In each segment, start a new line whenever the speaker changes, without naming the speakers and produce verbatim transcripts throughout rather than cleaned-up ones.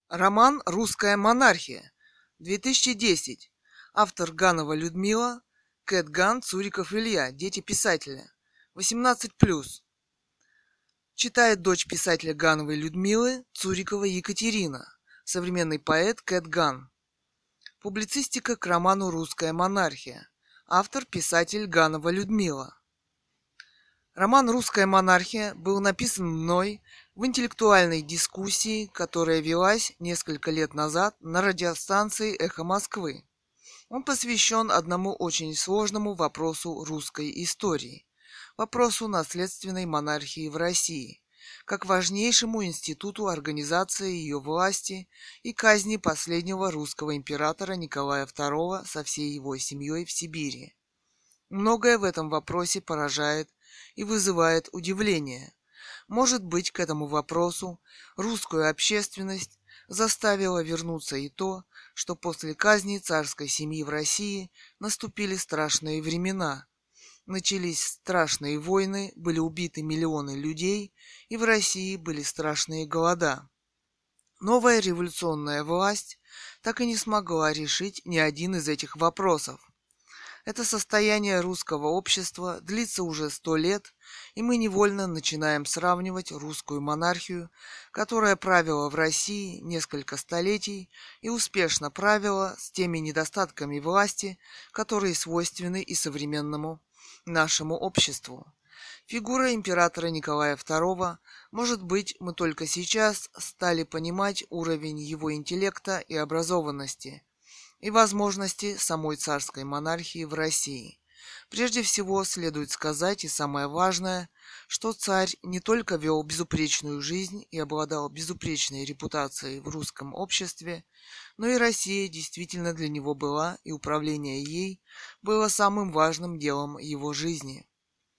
Роман «Русская монархия», две тысячи десять. Автор Ганова Людмила, Кэт Ган, Цуриков Илья, дети писателя. восемнадцать плюс. Читает дочь писателя Гановой Людмилы, Цурикова Екатерина, современный поэт Кэт Ган. Публицистика к роману «Русская монархия». Автор писатель Ганова Людмила. Роман «Русская монархия» был написан мной в интеллектуальной дискуссии, которая велась несколько лет назад на радиостанции «Эхо Москвы». Он посвящен одному очень сложному вопросу русской истории, вопросу наследственной монархии в России, как важнейшему институту организации ее власти и казни последнего русского императора Николая второго со всей его семьей в Сибири. Многое в этом вопросе поражает и вызывает удивление. Может быть, к этому вопросу русскую общественность заставило вернуться и то, что после казни царской семьи в России наступили страшные времена. Начались страшные войны, были убиты миллионы людей, и в России были страшные голода. Новая революционная власть так и не смогла решить ни один из этих вопросов. Это состояние русского общества длится уже сто лет, и мы невольно начинаем сравнивать русскую монархию, которая правила в России несколько столетий и успешно правила, с теми недостатками власти, которые свойственны и современному нашему обществу. Фигура императора Николая второго, может быть, мы только сейчас стали понимать уровень его интеллекта и образованности и возможности самой царской монархии в России. Прежде всего, следует сказать, и самое важное, что царь не только вел безупречную жизнь и обладал безупречной репутацией в русском обществе, но и Россия действительно для него была, и управление ей было самым важным делом его жизни.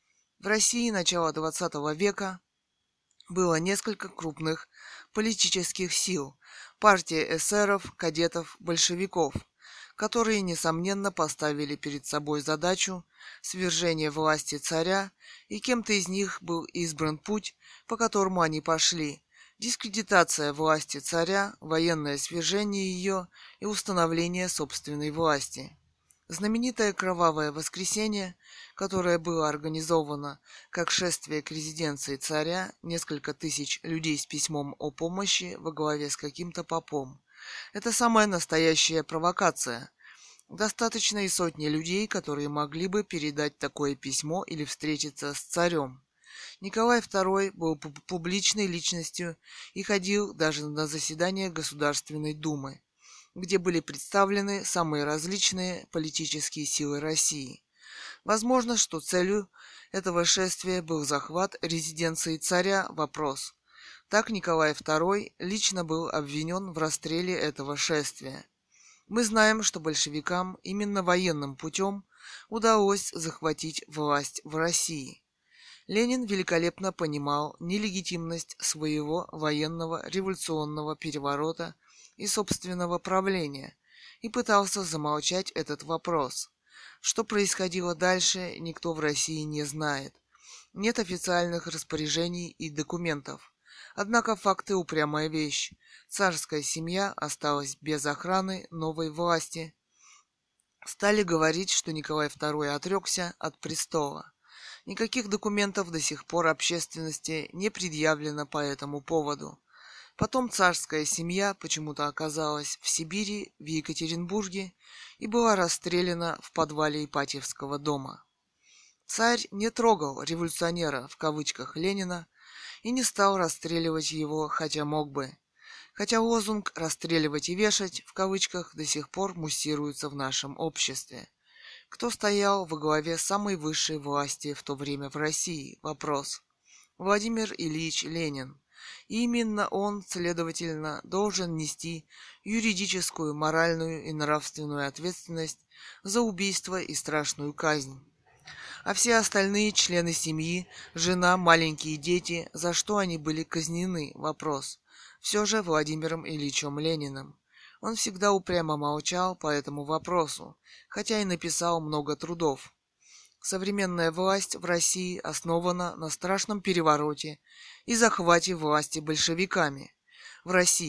В России начала двадцатого века было несколько крупных политических сил, партия эсеров, кадетов, большевиков, которые, несомненно, поставили перед собой задачу свержения власти царя, и кем-то из них был избран путь, по которому они пошли: дискредитация власти царя, военное свержение ее и установление собственной власти. Знаменитое Кровавое воскресенье, которое было организовано как шествие к резиденции царя, несколько тысяч людей с письмом о помощи во главе с каким-то попом. Это самая настоящая провокация. Достаточно и сотни людей, которые могли бы передать такое письмо или встретиться с царем. Николай второй был публичной личностью и ходил даже на заседания Государственной Думы, где были представлены самые различные политические силы России. Возможно, что целью этого шествия был захват резиденции царя. Вопрос. Так Николай второй лично был обвинен в расстреле этого шествия. Мы знаем, что большевикам именно военным путем удалось захватить власть в России. Ленин великолепно понимал нелегитимность своего военного революционного переворота и собственного правления и пытался замолчать этот вопрос. Что происходило дальше, никто в России не знает. Нет официальных распоряжений и документов. Однако факты — упрямая вещь. Царская семья осталась без охраны новой власти. Стали говорить, что Николай второй отрекся от престола. Никаких документов до сих пор общественности не предъявлено по этому поводу. Потом царская семья почему-то оказалась в Сибири, в Екатеринбурге, и была расстреляна в подвале Ипатьевского дома. Царь не трогал революционера в кавычках Ленина и не стал расстреливать его, хотя мог бы. Хотя лозунг «расстреливать и вешать» в кавычках до сих пор муссируется в нашем обществе. Кто стоял во главе самой высшей власти в то время в России? Вопрос. Владимир Ильич Ленин. И именно он, следовательно, должен нести юридическую, моральную и нравственную ответственность за убийство и страшную казнь. А все остальные члены семьи, жена, маленькие дети, за что они были казнены? Вопрос. Все же Владимиром Ильичем Лениным. Он всегда упрямо молчал по этому вопросу, хотя и написал много трудов. Современная власть в России основана на страшном перевороте и захвате власти большевиками. В России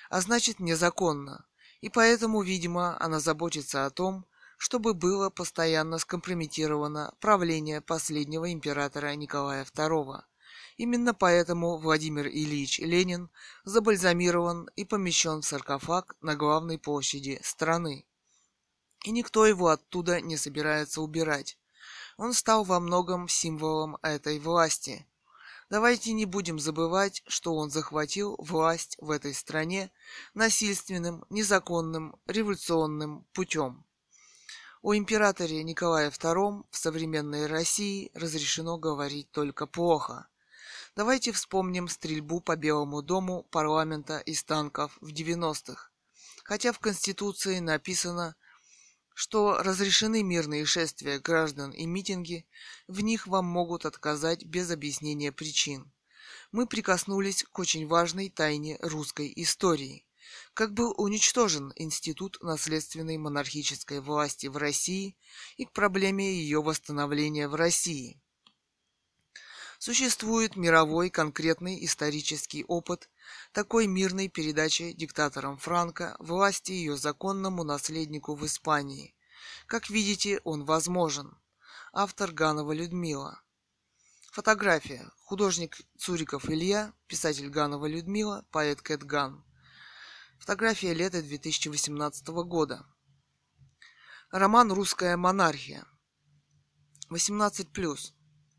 а значит незаконно. И поэтому, видимо, она заботится о том, чтобы было постоянно скомпрометировано правление последнего императора Николая второго. Именно поэтому Владимир Ильич Ленин забальзамирован и помещен в саркофаг на главной площади страны. И никто его оттуда не собирается убирать. Он стал во многом символом этой власти. Давайте не будем забывать, что он захватил власть в этой стране насильственным, незаконным, революционным путем. О императоре Николае втором в современной России разрешено говорить только плохо. Давайте вспомним стрельбу по Белому дому парламента из танков в девяностых. Хотя в Конституции написано, что разрешены мирные шествия граждан и митинги, в них вам могут отказать без объяснения причин. Мы прикоснулись к очень важной тайне русской истории. Как был уничтожен институт наследственной монархической власти в России и к проблеме ее восстановления в России. Существует мировой конкретный исторический опыт такой мирной передачи диктатором Франко власти ее законному наследнику в Испании. Как видите, он возможен. Автор Ганова Людмила. Фотография. Художник Цуриков Илья, писатель Ганова Людмила, поэт Кэт Ган. Фотография лета две тысячи восемнадцатого года. Роман «Русская монархия». восемнадцать плюс.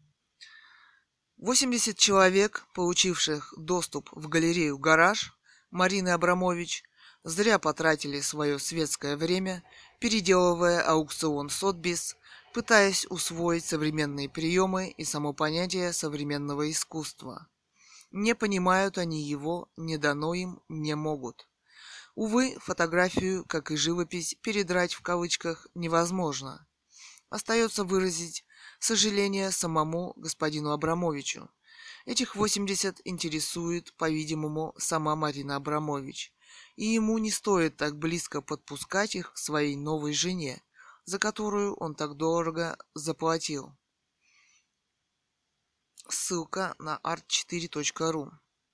восемьдесят человек, получивших доступ в галерею «Гараж» Марины Абрамович, зря потратили свое светское время, переделывая аукцион Сотбис, пытаясь усвоить современные приемы и само понятие современного искусства. Не понимают они его, не дано им, не могут. Увы, фотографию, как и живопись, передрать в кавычках невозможно. Остается выразить сожаление самому господину Абрамовичу. Этих восемьдесят интересует, по-видимому, сама Марина Абрамович, и ему не стоит так близко подпускать их к своей новой жене, за которую он так дорого заплатил. Ссылка на арт четыре точка ру.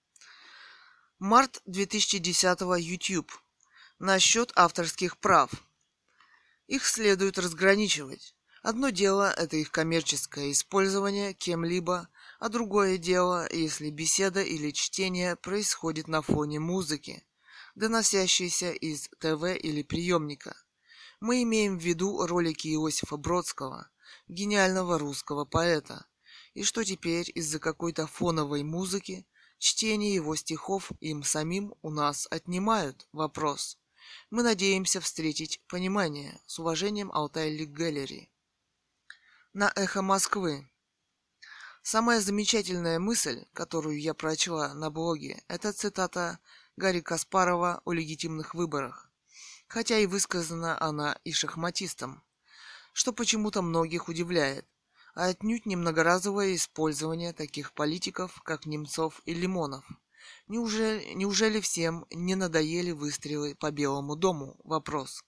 Март две тысячи десятого. YouTube. Насчет авторских прав. Их следует разграничивать. Одно дело – это их коммерческое использование кем-либо, а другое дело, если беседа или чтение происходит на фоне музыки, доносящейся из ТВ или приемника. Мы имеем в виду ролики Иосифа Бродского, гениального русского поэта, и что теперь из-за какой-то фоновой музыки чтение его стихов им самим у нас отнимают? Вопрос. Мы надеемся встретить понимание. С уважением, Алтай Лик Галлери. На Эхо Москвы. Самая замечательная мысль, которую я прочла на блоге, это цитата Гарри Каспарова о легитимных выборах, хотя и высказана она и шахматистом, что почему-то многих удивляет, а отнюдь не многоразовое использование таких политиков, как Немцов и Лимонов. Неужели, неужели всем не надоели выстрелы по Белому дому? Вопрос.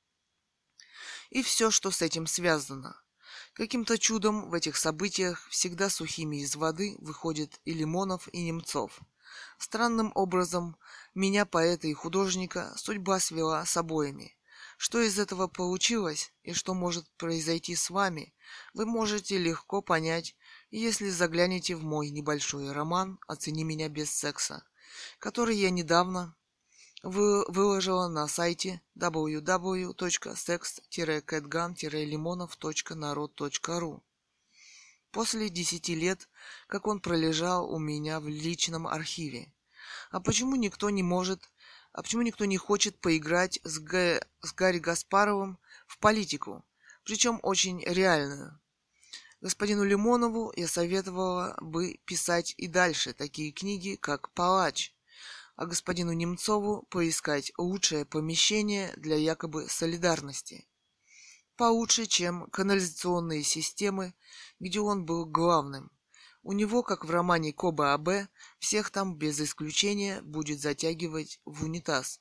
И все, что с этим связано. Каким-то чудом в этих событиях всегда сухими из воды выходят и Лимонов, и Немцов. Странным образом меня, поэта и художника, судьба свела с обоими. Что из этого получилось и что может произойти с вами, вы можете легко понять, если заглянете в мой небольшой роман «Оцени меня без секса», который я недавно вы, выложила на сайте дабл ю дабл ю дабл ю точка секс кэтган лимонов точка народ точка ру. После десяти лет, как он пролежал у меня в личном архиве. А почему никто не может, а почему никто не хочет поиграть с, Г, с Гарри Каспаровым в политику, причем очень реальную? Господину Лимонову я советовала бы писать и дальше такие книги, как «Палач», а господину Немцову поискать лучшее помещение для якобы солидарности. Получше, чем канализационные системы, где он был главным. У него, как в романе Коба Абе, всех там без исключения будет затягивать в унитаз.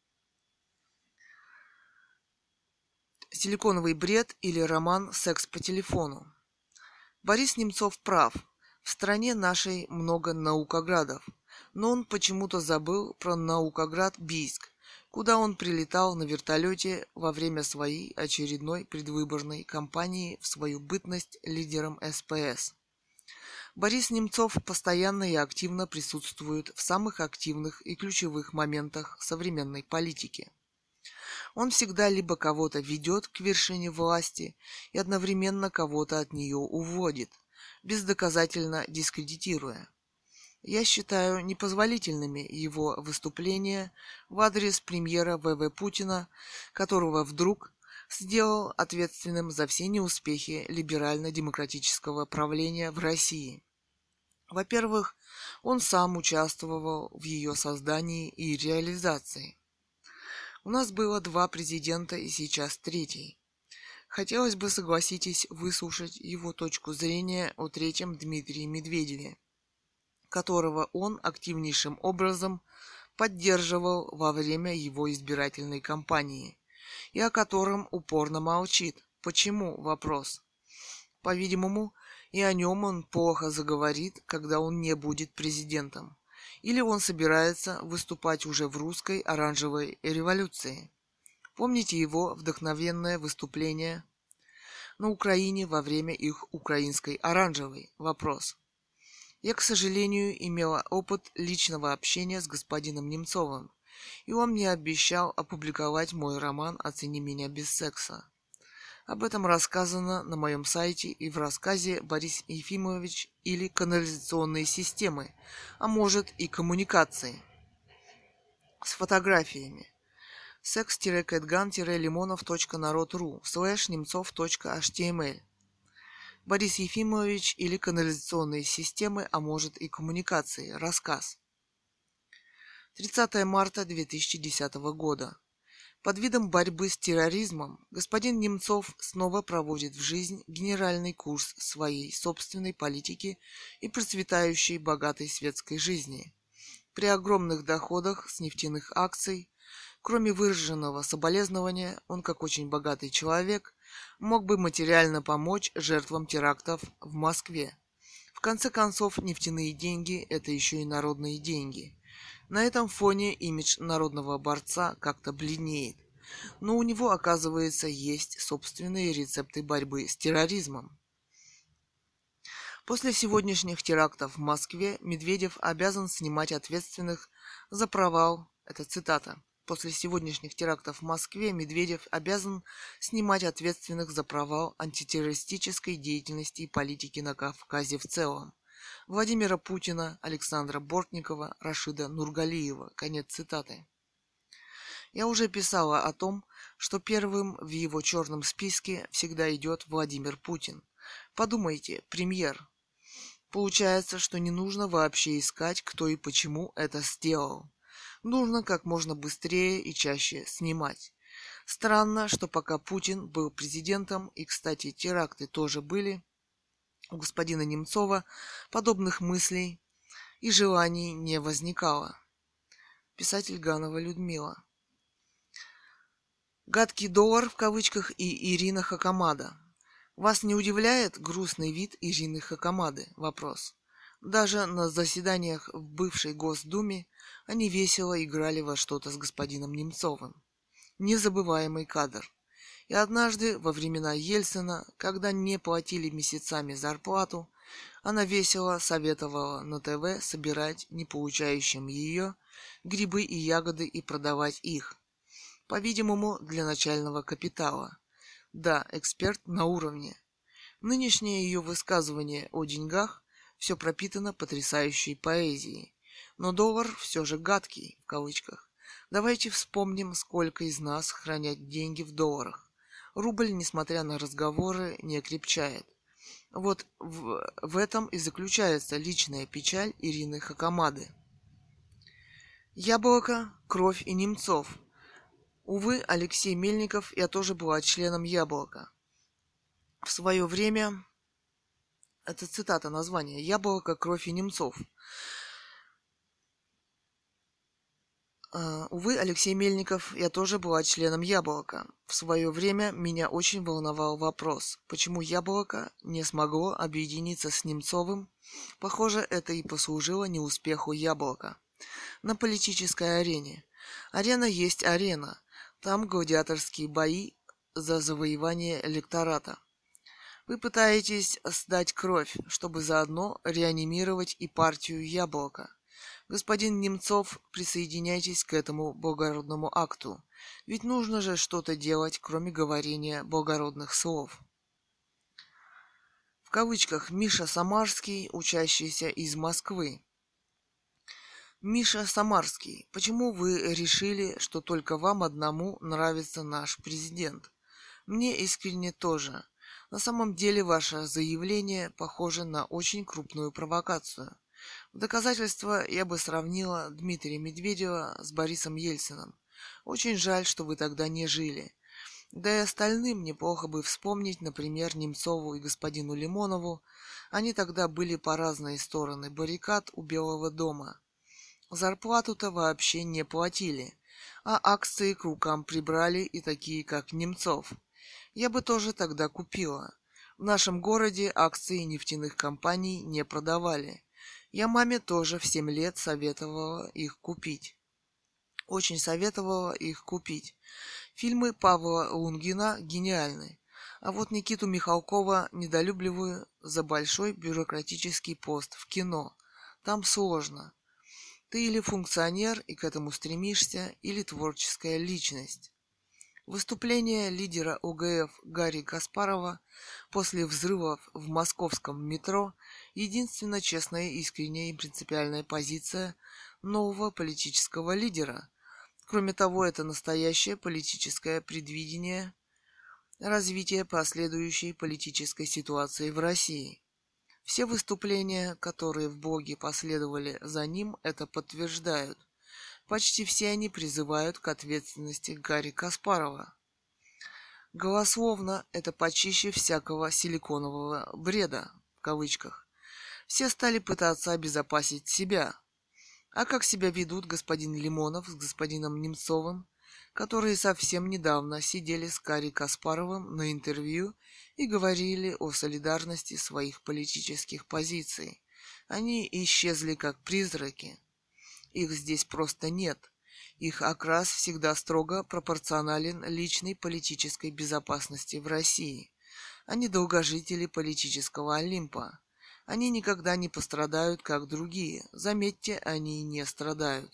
Силиконовый бред или роман «Секс по телефону». Борис Немцов прав. В стране нашей много наукоградов. Но он почему-то забыл про Наукоград Бийск, куда он прилетал на вертолете во время своей очередной предвыборной кампании в свою бытность лидером эс пэ эс. Борис Немцов постоянно и активно присутствует в самых активных и ключевых моментах современной политики. Он всегда либо кого-то ведет к вершине власти и одновременно кого-то от нее уводит, бездоказательно дискредитируя. Я считаю непозволительными его выступления в адрес премьера вэ вэ Путина, которого вдруг сделал ответственным за все неуспехи либерально-демократического правления в России. Во-первых, он сам участвовал в ее создании и реализации. У нас было два президента и сейчас третий. Хотелось бы, согласитесь, выслушать его точку зрения о третьем Дмитрии Медведеве, которого он активнейшим образом поддерживал во время его избирательной кампании, и о котором упорно молчит. Почему? Вопрос. По-видимому, и о нем он плохо заговорит, когда он не будет президентом. Или он собирается выступать уже в русской оранжевой революции. Помните его вдохновенное выступление на Украине во время их украинской оранжевой? Вопрос. Я, к сожалению, имела опыт личного общения с господином Немцовым, и он мне обещал опубликовать мой роман «Оцени меня без секса». Об этом рассказано на моем сайте и в рассказе «Борис Ефимович» или «Канализационные системы», а может и «Коммуникации» с фотографиями. секс-кэтган-лимонов.народ.ру слэш немцов.html Борис Ефимович или «Канализационные системы», а может и «Коммуникации». Рассказ. тридцатое марта две тысячи десятого года. Под видом борьбы с терроризмом господин Немцов снова проводит в жизнь генеральный курс своей собственной политики и процветающей богатой светской жизни. При огромных доходах с нефтяных акций, кроме выраженного соболезнования, он, как очень богатый человек, мог бы материально помочь жертвам терактов в Москве. В конце концов, нефтяные деньги – это еще и народные деньги. На этом фоне имидж народного борца как-то бледнеет. Но у него, оказывается, есть собственные рецепты борьбы с терроризмом. После сегодняшних терактов в Москве Медведев обязан снимать ответственных за провал, это цитата, после сегодняшних терактов в Москве Медведев обязан снимать ответственных за провал антитеррористической деятельности и политики на Кавказе в целом. Владимира Путина, Александра Бортникова, Рашида Нургалиева. Конец цитаты. Я уже писала о том, что первым в его черном списке всегда идет Владимир Путин. Подумайте, премьер. Получается, что не нужно вообще искать, кто и почему это сделал. Нужно как можно быстрее и чаще снимать. Странно, что пока Путин был президентом, и, кстати, теракты тоже были, у господина Немцова подобных мыслей и желаний не возникало. Писатель Ганова Людмила. «Гадкий доллар» в кавычках и Ирина Хакамада. Вас не удивляет грустный вид Ирины Хакамады? Вопрос. Даже на заседаниях в бывшей Госдуме они весело играли во что-то с господином Немцовым. Незабываемый кадр. И однажды, во времена Ельцина, когда не платили месяцами зарплату, она весело советовала на ТВ собирать не получающим ее грибы и ягоды и продавать их. По-видимому, для начального капитала. Да, эксперт на уровне. Нынешнее ее высказывание о деньгах все пропитано потрясающей поэзией. Но доллар все же гадкий, в кавычках. Давайте вспомним, сколько из нас хранят деньги в долларах. Рубль, несмотря на разговоры, не крепчает. Вот в, в этом и заключается личная печаль Ирины Хакамады. Яблоко, кровь и Немцов. Увы, Алексей Мельников, я тоже была членом Яблока. В свое время, это цитата названия, Яблоко, кровь и Немцов. А, увы, Алексей Мельников, я тоже была членом «Яблока». В свое время меня очень волновал вопрос, почему «Яблоко» не смогло объединиться с Немцовым. Похоже, это и послужило неуспеху «Яблока» на политической арене. Арена есть арена. Там гладиаторские бои за завоевание электората. Вы пытаетесь сдать кровь, чтобы заодно реанимировать и партию «Яблоко». Господин Немцов, присоединяйтесь к этому благородному акту. Ведь нужно же что-то делать, кроме говорения благородных слов. В кавычках Миша Самарский, учащийся из Москвы. Миша Самарский, почему вы решили, что только вам одному нравится наш президент? Мне искренне тоже. На самом деле ваше заявление похоже на очень крупную провокацию. В доказательство я бы сравнила Дмитрия Медведева с Борисом Ельциным. Очень жаль, что вы тогда не жили. Да и остальным неплохо бы вспомнить, например, Немцову и господину Лимонову. Они тогда были по разные стороны баррикад у Белого дома. Зарплату-то вообще не платили, а акции к рукам прибрали и такие, как Немцов. Я бы тоже тогда купила. В нашем городе акции нефтяных компаний не продавали. Я маме тоже в семь лет советовала их купить. Очень советовала их купить. Фильмы Павла Лунгина гениальны. А вот Никиту Михалкова недолюбливаю за большой бюрократический пост в кино. Там сложно. Ты или функционер и к этому стремишься, или творческая личность. Выступление лидера О Г Ф Гарри Каспарова после взрывов в московском метро – единственно честная, искренняя и принципиальная позиция нового политического лидера. Кроме того, это настоящее политическое предвидение развития последующей политической ситуации в России. Все выступления, которые в блоге последовали за ним, это подтверждают. Почти все они призывают к ответственности Гарри Каспарова. Голословно это почище всякого силиконового бреда, в кавычках. Все стали пытаться обезопасить себя. А как себя ведут господин Лимонов с господином Немцовым, которые совсем недавно сидели с Гарри Каспаровым на интервью и говорили о солидарности своих политических позиций. Они исчезли как призраки. Их здесь просто нет. Их окрас всегда строго пропорционален личной политической безопасности в России. Они долгожители политического Олимпа. Они никогда не пострадают, как другие. Заметьте, они не страдают.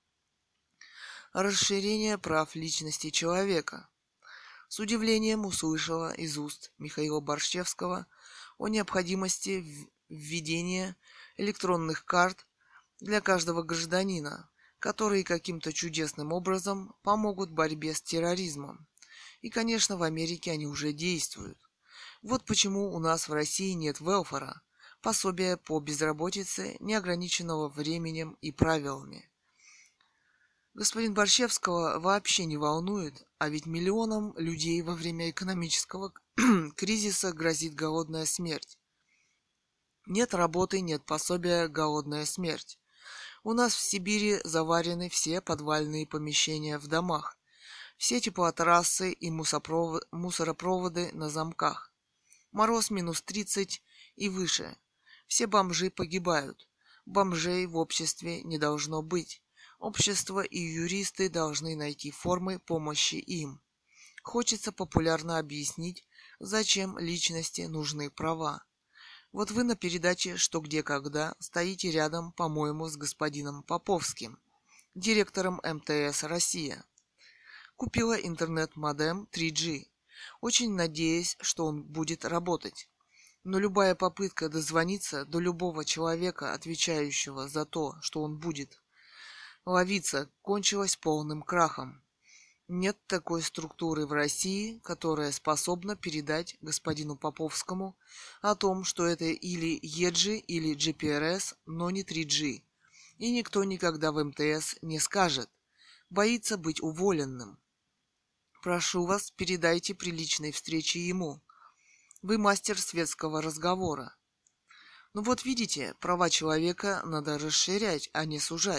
Расширение прав личности человека. С удивлением услышала из уст Михаила Борщевского о необходимости введения электронных карт для каждого гражданина, которые каким-то чудесным образом помогут в борьбе с терроризмом. И, конечно, в Америке они уже действуют. Вот почему у нас в России нет велфара, пособия по безработице, неограниченного временем и правилами. Господин Борщевского вообще не волнует, а ведь миллионам людей во время экономического кризиса грозит голодная смерть. Нет работы, нет пособия, голодная смерть. У нас в Сибири заварены все подвальные помещения в домах, все теплотрассы и мусоропроводы на замках. Мороз минус тридцать и выше. Все бомжи погибают. Бомжей в обществе не должно быть. Общество и юристы должны найти формы помощи им. Хочется популярно объяснить, зачем личности нужны права. Вот вы на передаче «Что, где, когда» стоите рядом, по-моему, с господином Поповским, директором эм тэ эс «Россия». Купила интернет-модем три джи, очень надеясь, что он будет работать. Но любая попытка дозвониться до любого человека, отвечающего за то, что он будет ловиться, кончилась полным крахом. Нет такой структуры в России, которая способна передать господину Поповскому о том, что это или и джи, или джи пи ар эс, но не три джи. И никто никогда в эм тэ эс не скажет. Боится быть уволенным. Прошу вас, передайте при личной встрече ему. Вы мастер светского разговора. Ну вот видите, права человека надо расширять, а не сужать.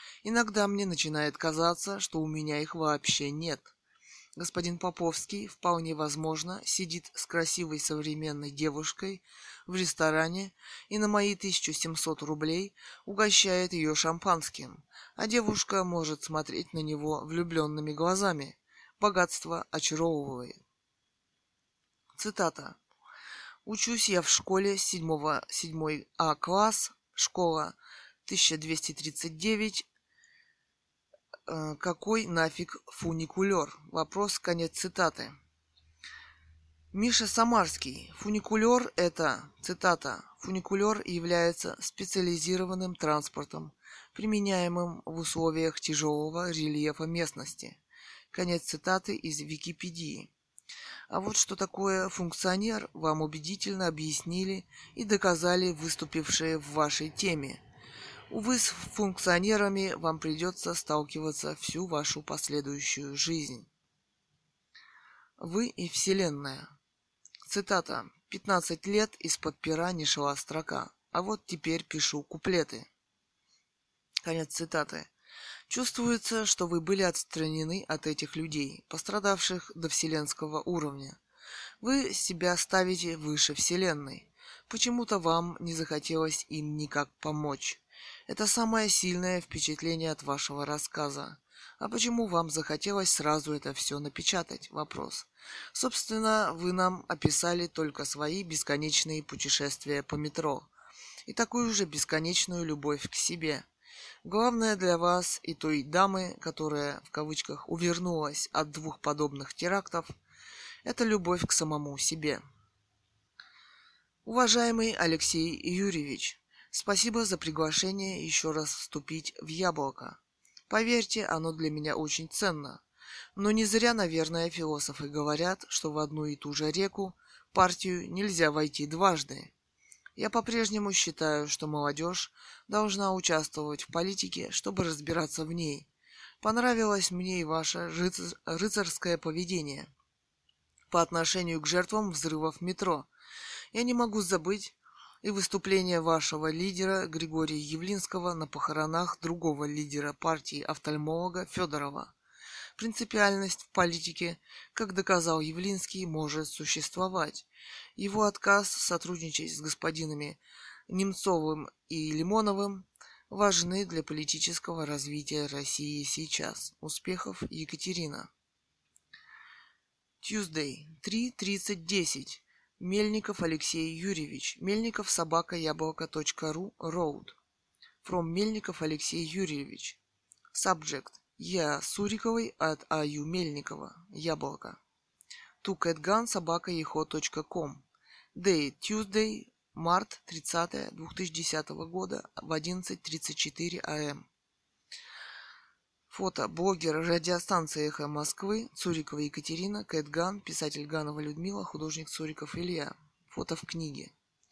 Иногда мне начинает казаться, что у меня их вообще нет. Господин Поповский, вполне возможно, сидит с красивой современной девушкой в ресторане и на мои тысяча семьсот рублей угощает ее шампанским, а девушка может смотреть на него влюбленными глазами. Богатство очаровывает. Цитата. «Учусь я в школе седьмого седьмой А класс, школа тысяча двести тридцать девять. Э, какой нафиг фуникулер?» Вопрос, конец цитаты. Миша Самарский. Фуникулер – это, цитата, «фуникулер является специализированным транспортом, применяемым в условиях тяжелого рельефа местности». Конец цитаты из Википедии. А вот что такое функционер, вам убедительно объяснили и доказали выступившие в вашей теме. Увы, с функционерами вам придется сталкиваться всю вашу последующую жизнь. Вы и Вселенная. Цитата. «пятнадцать лет из-под пера не шла строка, а вот теперь пишу куплеты». Конец цитаты. Чувствуется, что вы были отстранены от этих людей, пострадавших до вселенского уровня. Вы себя ставите выше Вселенной. Почему-то вам не захотелось им никак помочь. Это самое сильное впечатление от вашего рассказа. А почему вам захотелось сразу это все напечатать? Вопрос. Собственно, вы нам описали только свои бесконечные путешествия по метро и такую же бесконечную любовь к себе. Главное для вас и той дамы, которая, в кавычках, увернулась от двух подобных терактов, это любовь к самому себе. Уважаемый Алексей Юрьевич, спасибо за приглашение еще раз вступить в Яблоко. Поверьте, оно для меня очень ценно. Но не зря, наверное, философы говорят, что в одну и ту же реку, партию, нельзя войти дважды. Я по-прежнему считаю, что молодежь должна участвовать в политике, чтобы разбираться в ней. Понравилось мне и ваше рыц... рыцарское поведение по отношению к жертвам взрывов метро. Я не могу забыть и выступление вашего лидера Григория Явлинского на похоронах другого лидера партии офтальмолога Федорова. Принципиальность в политике, как доказал Явлинский, может существовать. Его отказ сотрудничать с господинами Немцовым и Лимоновым важны для политического развития России сейчас. Успехов, Екатерина. Tuesday, три тридцать десять. Мельников Алексей Юрьевич. Мельников собака яблоко точка ру road. From Мельников Алексей Юрьевич. Subject. Я Суриковой от А Ю Мельникова. Яблоко. To catgun собака ехо точка ком. Day Tuesday, март тридцатое две тысячи десятого года в одиннадцать тридцать четыре а эм. Фото. Блогер радиостанции «Эхо Москвы», Цурикова Екатерина, Кэтган, писатель Ганова Людмила, художник Цуриков Илья. Фото в книге.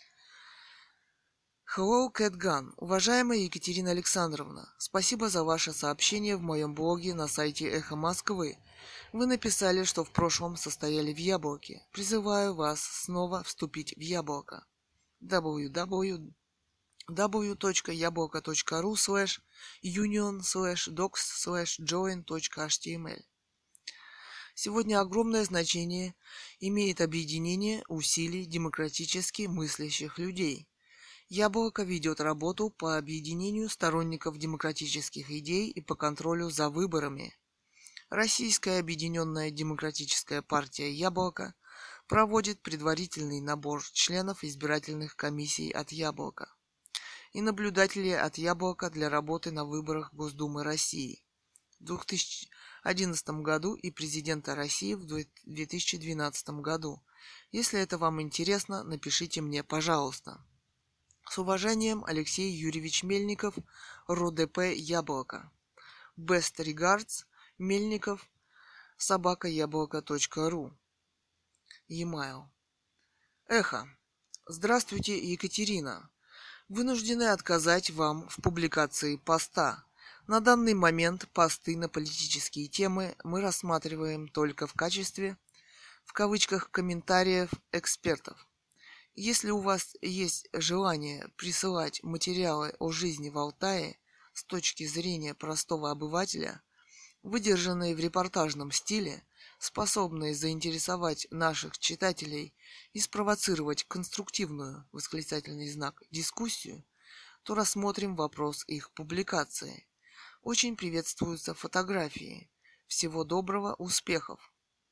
Hello, Кэтган. Уважаемая Екатерина Александровна, спасибо за ваше сообщение в моем блоге на сайте «Эхо Москвы». Вы написали, что в прошлом состояли в Яблоке. Призываю вас снова вступить в Яблоко. дабл ю дабл ю дабл ю точка яблоко точка ру слэш юнион слэш докс слэш джоин точка эйч ти эм эль. Сегодня огромное значение имеет объединение усилий демократически мыслящих людей. Яблоко ведет работу по объединению сторонников демократических идей и по контролю за выборами. Российская объединенная демократическая партия «Яблоко» проводит предварительный набор членов избирательных комиссий от «Яблока» и наблюдателей от «Яблока» для работы на выборах Госдумы России в две тысячи одиннадцатом году и президента России в две тысячи двенадцатом году. Если это вам интересно, напишите мне, пожалуйста. С уважением, Алексей Юрьевич Мельников, РОДП «Яблоко». Best regards, Мельников, собака яблоко точка ру. E-mail. Эхо. Здравствуйте, Екатерина. Вынуждены отказать вам в публикации поста. На данный момент посты на политические темы мы рассматриваем только в качестве, в кавычках, комментариев экспертов. Если у вас есть желание присылать материалы о жизни в Алтае, с точки зрения простого обывателя, выдержанные в репортажном стиле, способные заинтересовать наших читателей и спровоцировать конструктивную, восклицательный знак, дискуссию, то рассмотрим вопрос их публикации. Очень приветствуются фотографии. Всего доброго, успехов.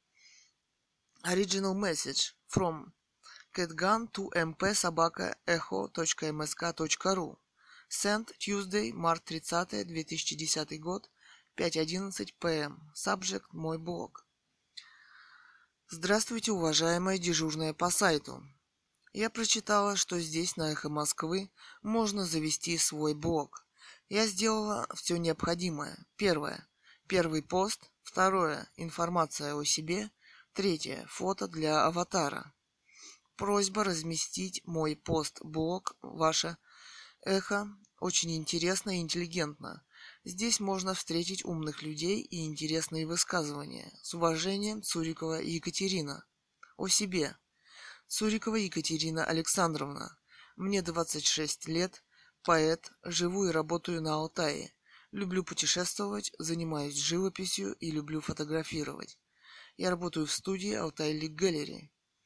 Original message from catgun to mp собака echo точка эм эс ка точка ру. Sent Tuesday, март тридцатый, две тысячи десятый год, пять одиннадцать пэ эм. Subject мой блог. Здравствуйте, уважаемая дежурная по сайту. Я прочитала, что здесь, на Эхо Москвы, можно завести свой блог. Я сделала все необходимое. Первое. Первый пост. Второе. Информация о себе. Третье. Фото для аватара. Просьба разместить мой пост-блог «Ваше Эхо». Очень интересно и интеллигентно. Здесь можно встретить умных людей и интересные высказывания. С уважением, Цурикова Екатерина. О себе. Цурикова Екатерина Александровна. Мне двадцать шесть лет, поэт, живу и работаю на Алтае. Люблю путешествовать, занимаюсь живописью и люблю фотографировать. Я работаю в студии Altai League Gallery.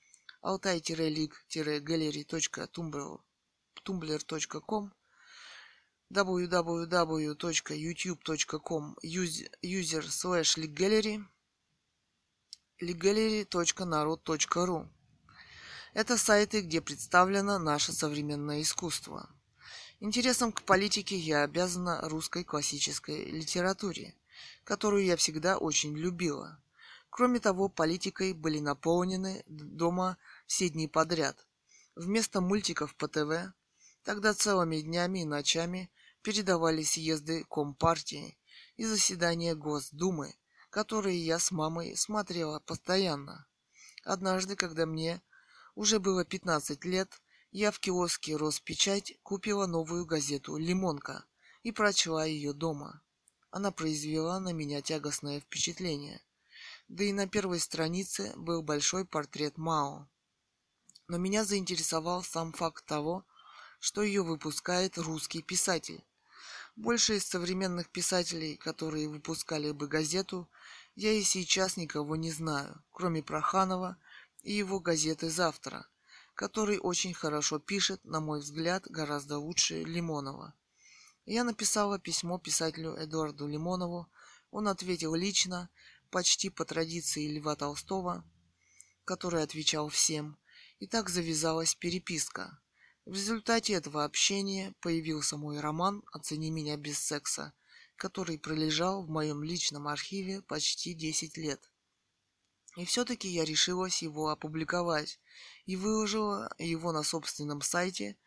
altai-league-gallery точка tumblr точка ком, дабл ю дабл ю дабл ю точка ютуб точка ком user slash league-gallery, league-gallery точка народ точка ру. Это сайты, где представлено наше современное искусство. Интересом к политике я обязана русской классической литературе, которую я всегда очень любила. Кроме того, политикой были наполнены дома все дни подряд. Вместо мультиков по ТВ тогда целыми днями и ночами передавали съезды Компартии и заседания Госдумы, которые я с мамой смотрела постоянно. Однажды, когда мне уже было пятнадцать лет, я в киоске «Роспечать» купила новую газету «Лимонка» и прочла ее дома. Она произвела на меня тягостное впечатление. Да и на первой странице был большой портрет Мао. Но меня заинтересовал сам факт того, что ее выпускает русский писатель. Больше из современных писателей, которые выпускали бы газету, я и сейчас никого не знаю, кроме Проханова и его газеты «Завтра», который очень хорошо пишет, на мой взгляд, гораздо лучше Лимонова. Я написала письмо писателю Эдуарду Лимонову, он ответил лично, почти по традиции Льва Толстого, который отвечал всем, и так завязалась переписка. В результате этого общения появился мой роман «Оцени меня без секса», который пролежал в моем личном архиве почти десять лет. И все-таки я решилась его опубликовать и выложила его на собственном сайте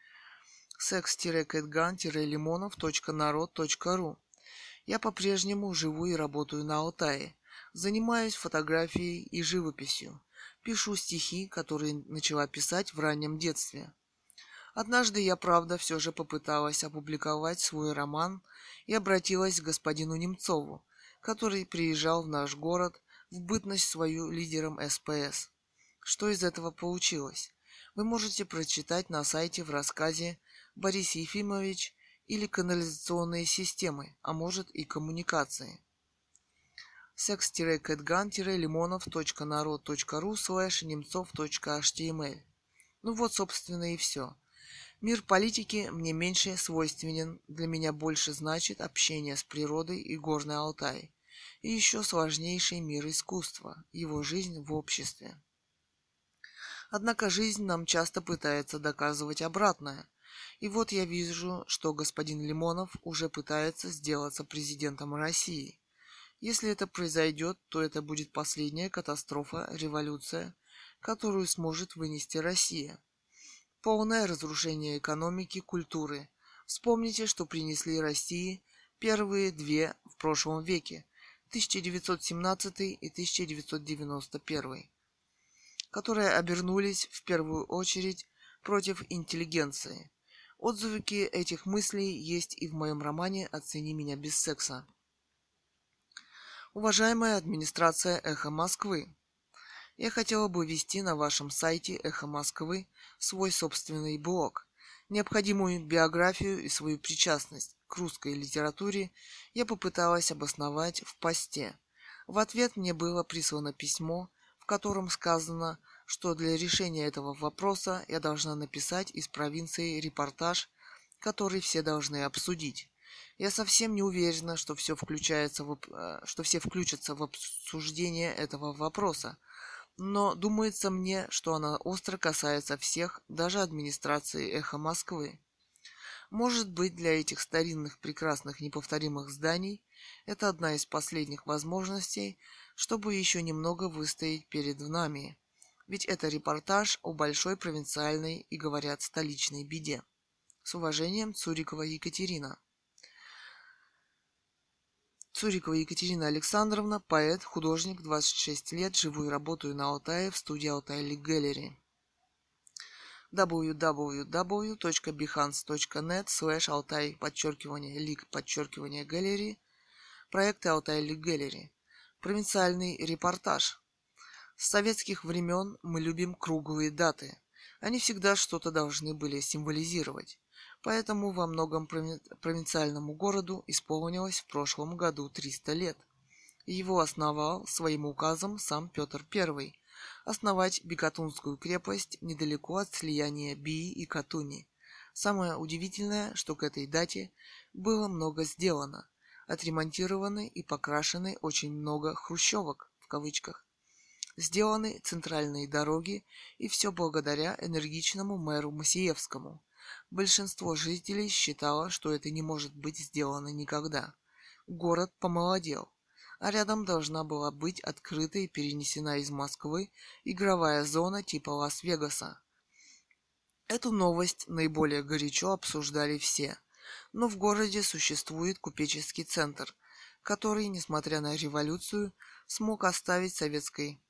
секс-кэтган-лимонов точка народ точка ру. Я по-прежнему живу и работаю на Алтае. Занимаюсь фотографией и живописью. Пишу стихи, которые начала писать в раннем детстве. Однажды я, правда, все же попыталась опубликовать свой роман и обратилась к господину Немцову, который приезжал в наш город в бытность свою лидером эс пэ эс. Что из этого получилось? Вы можете прочитать на сайте в рассказе «Борис Ефимович» или «Канализационные системы», а может и «Коммуникации». секс-кэтган-лимонов точка народ точка ру слэш немцов точка эйч ти эм эль. Ну вот, собственно, и все. Мир политики мне меньше свойственен, для меня больше значит общение с природой и горный Алтай. И еще сложнейший мир искусства, его жизнь в обществе. Однако жизнь нам часто пытается доказывать обратное. И вот я вижу, что господин Лимонов уже пытается сделаться президентом России. Если это произойдет, то это будет последняя катастрофа, революция, которую сможет вынести Россия. Полное разрушение экономики, культуры. Вспомните, что принесли России первые две в прошлом веке, тысяча девятьсот семнадцатый и тысяча девятьсот девяносто первый, которые обернулись в первую очередь против интеллигенции. Отзвуки этих мыслей есть и в моем романе «Оцени меня без секса». Уважаемая администрация Эхо Москвы, я хотела бы вести на вашем сайте Эхо Москвы свой собственный блог. Необходимую биографию и свою причастность к русской литературе я попыталась обосновать в посте. В ответ мне было прислано письмо, в котором сказано, что для решения этого вопроса я должна написать из провинции репортаж, который все должны обсудить. Я совсем не уверена, что все включается в, что все включатся в обсуждение этого вопроса, но думается мне, что она остро касается всех, даже администрации «Эхо Москвы». Может быть, для этих старинных, прекрасных, неповторимых зданий это одна из последних возможностей, чтобы еще немного выстоять перед нами. Ведь это репортаж о большой провинциальной и, говорят, столичной беде. С уважением, Цурикова Екатерина. Цурикова Екатерина Александровна, поэт, художник, двадцать шесть лет, живу и работаю на Алтае в студии Altai League Gallery. дабл ю дабл ю дабл ю точка биханс точка нет слэш altai подчеркивание league подчеркивание gallery. Проекты Altai League Gallery. Провинциальный репортаж. С советских времен мы любим круглые даты. Они всегда что-то должны были символизировать. Поэтому во многом провинциальному городу исполнилось в прошлом году триста лет. Его основал своим указом сам Петр Первый основать Бекатунскую крепость недалеко от слияния Бии и Катуни. Самое удивительное, что к этой дате было много сделано. Отремонтированы и покрашены очень много хрущевок, в кавычках. Сделаны центральные дороги, и все благодаря энергичному мэру Масиевскому. Большинство жителей считало, что это не может быть сделано никогда. Город помолодел, а рядом должна была быть открыта и перенесена из Москвы игровая зона типа Лас-Вегаса. Эту новость наиболее горячо обсуждали все, но в городе существует купеческий центр, который, несмотря на революцию, смог оставить советской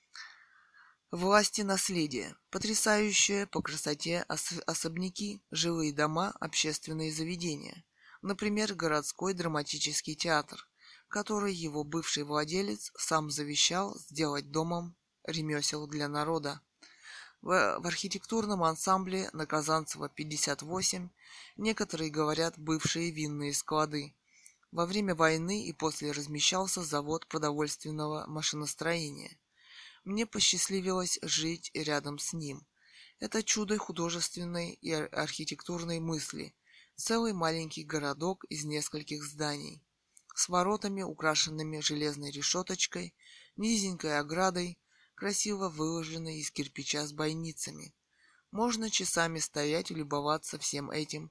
власти наследие, потрясающее по красоте ос- особняки, жилые дома, общественные заведения. Например, городской драматический театр, который его бывший владелец сам завещал сделать домом ремесел для народа. В, в архитектурном ансамбле на Казанцева пятьдесят восемь некоторые говорят бывшие винные склады. Во время войны и после размещался завод продовольственного машиностроения. Мне посчастливилось жить рядом с ним. Это чудо художественной и архитектурной мысли. Целый маленький городок из нескольких зданий. С воротами, украшенными железной решеточкой, низенькой оградой, красиво выложенной из кирпича с бойницами. Можно часами стоять и любоваться всем этим,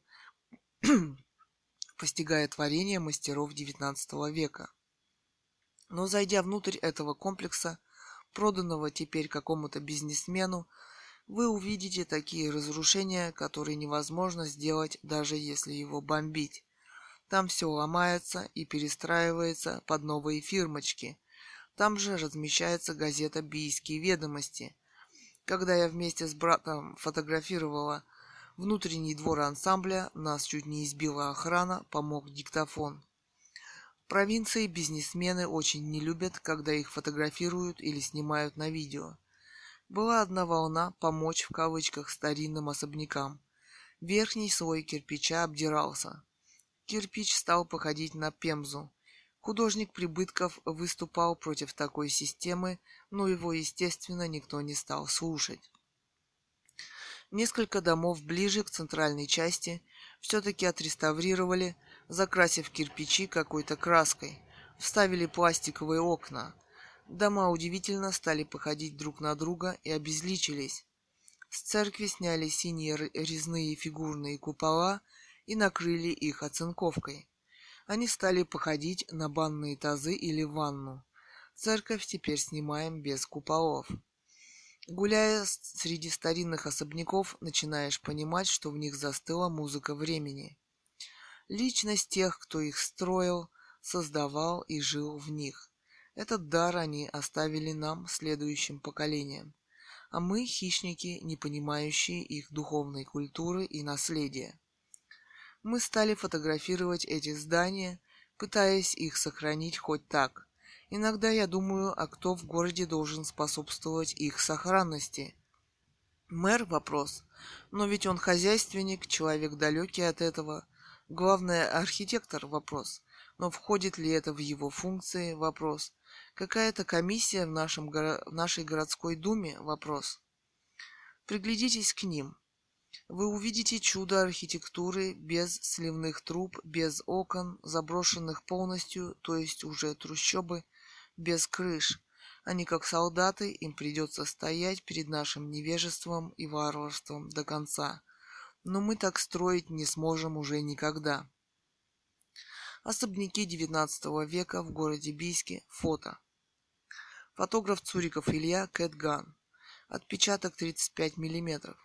постигая творения мастеров девятнадцатого века. Но зайдя внутрь этого комплекса, проданного теперь какому-то бизнесмену, вы увидите такие разрушения, которые невозможно сделать, даже если его бомбить. Там все ломается и перестраивается под новые фирмочки. Там же размещается газета «Бийские ведомости». Когда я вместе с братом фотографировала внутренний двор ансамбля, нас чуть не избила охрана, помог диктофон. В провинции бизнесмены очень не любят, когда их фотографируют или снимают на видео. Была одна волна «помочь» в кавычках старинным особнякам. Верхний слой кирпича обдирался. Кирпич стал походить на пемзу. Художник Прибытков выступал против такой системы, но его, естественно, никто не стал слушать. Несколько домов ближе к центральной части все-таки отреставрировали, закрасив кирпичи какой-то краской, вставили пластиковые окна. Дома удивительно стали походить друг на друга и обезличились. С церкви сняли синие резные фигурные купола и накрыли их оцинковкой. Они стали походить на банные тазы или ванну. Церковь теперь снимаем без куполов. Гуляя среди старинных особняков, начинаешь понимать, что в них застыла музыка времени. Личность тех, кто их строил, создавал и жил в них. Этот дар они оставили нам, следующим поколениям. А мы, хищники, не понимающие их духовной культуры и наследия. Мы стали фотографировать эти здания, пытаясь их сохранить хоть так. Иногда я думаю, а кто в городе должен способствовать их сохранности? Мэр – вопрос. Но ведь он хозяйственник, человек далекий от этого. Главное, архитектор – вопрос. Но входит ли это в его функции – вопрос. Какая-то комиссия в, нашем, горо... в нашей городской думе – вопрос. Приглядитесь к ним. Вы увидите чудо архитектуры без сливных труб, без окон, заброшенных полностью, то есть уже трущобы, без крыш. Они как солдаты, им придется стоять перед нашим невежеством и варварством до конца. Но мы так строить не сможем уже никогда. Особняки девятнадцатого века в городе Бийске. Фото. Фотограф Цуриков Илья, Кэт Ган. Отпечаток тридцать пять миллиметров.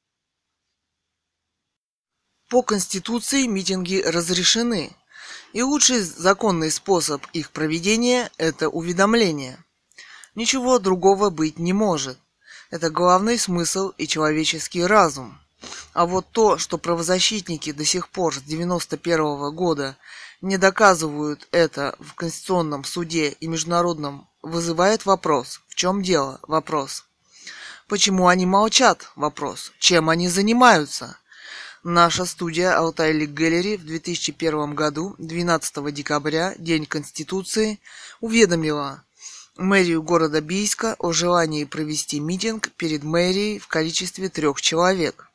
По Конституции митинги разрешены, и лучший законный способ их проведения – это уведомление. Ничего другого быть не может. Это главный смысл и человеческий разум. А вот то, что правозащитники до сих пор с девяносто первого года не доказывают это в Конституционном суде и международном, вызывает вопрос. В чем дело? Вопрос. Почему они молчат? Вопрос. Чем они занимаются? Наша студия Altai League Gallery в две тысячи первом году, двенадцатого декабря, День Конституции, уведомила мэрию города Бийска о желании провести митинг перед мэрией в количестве трех человек.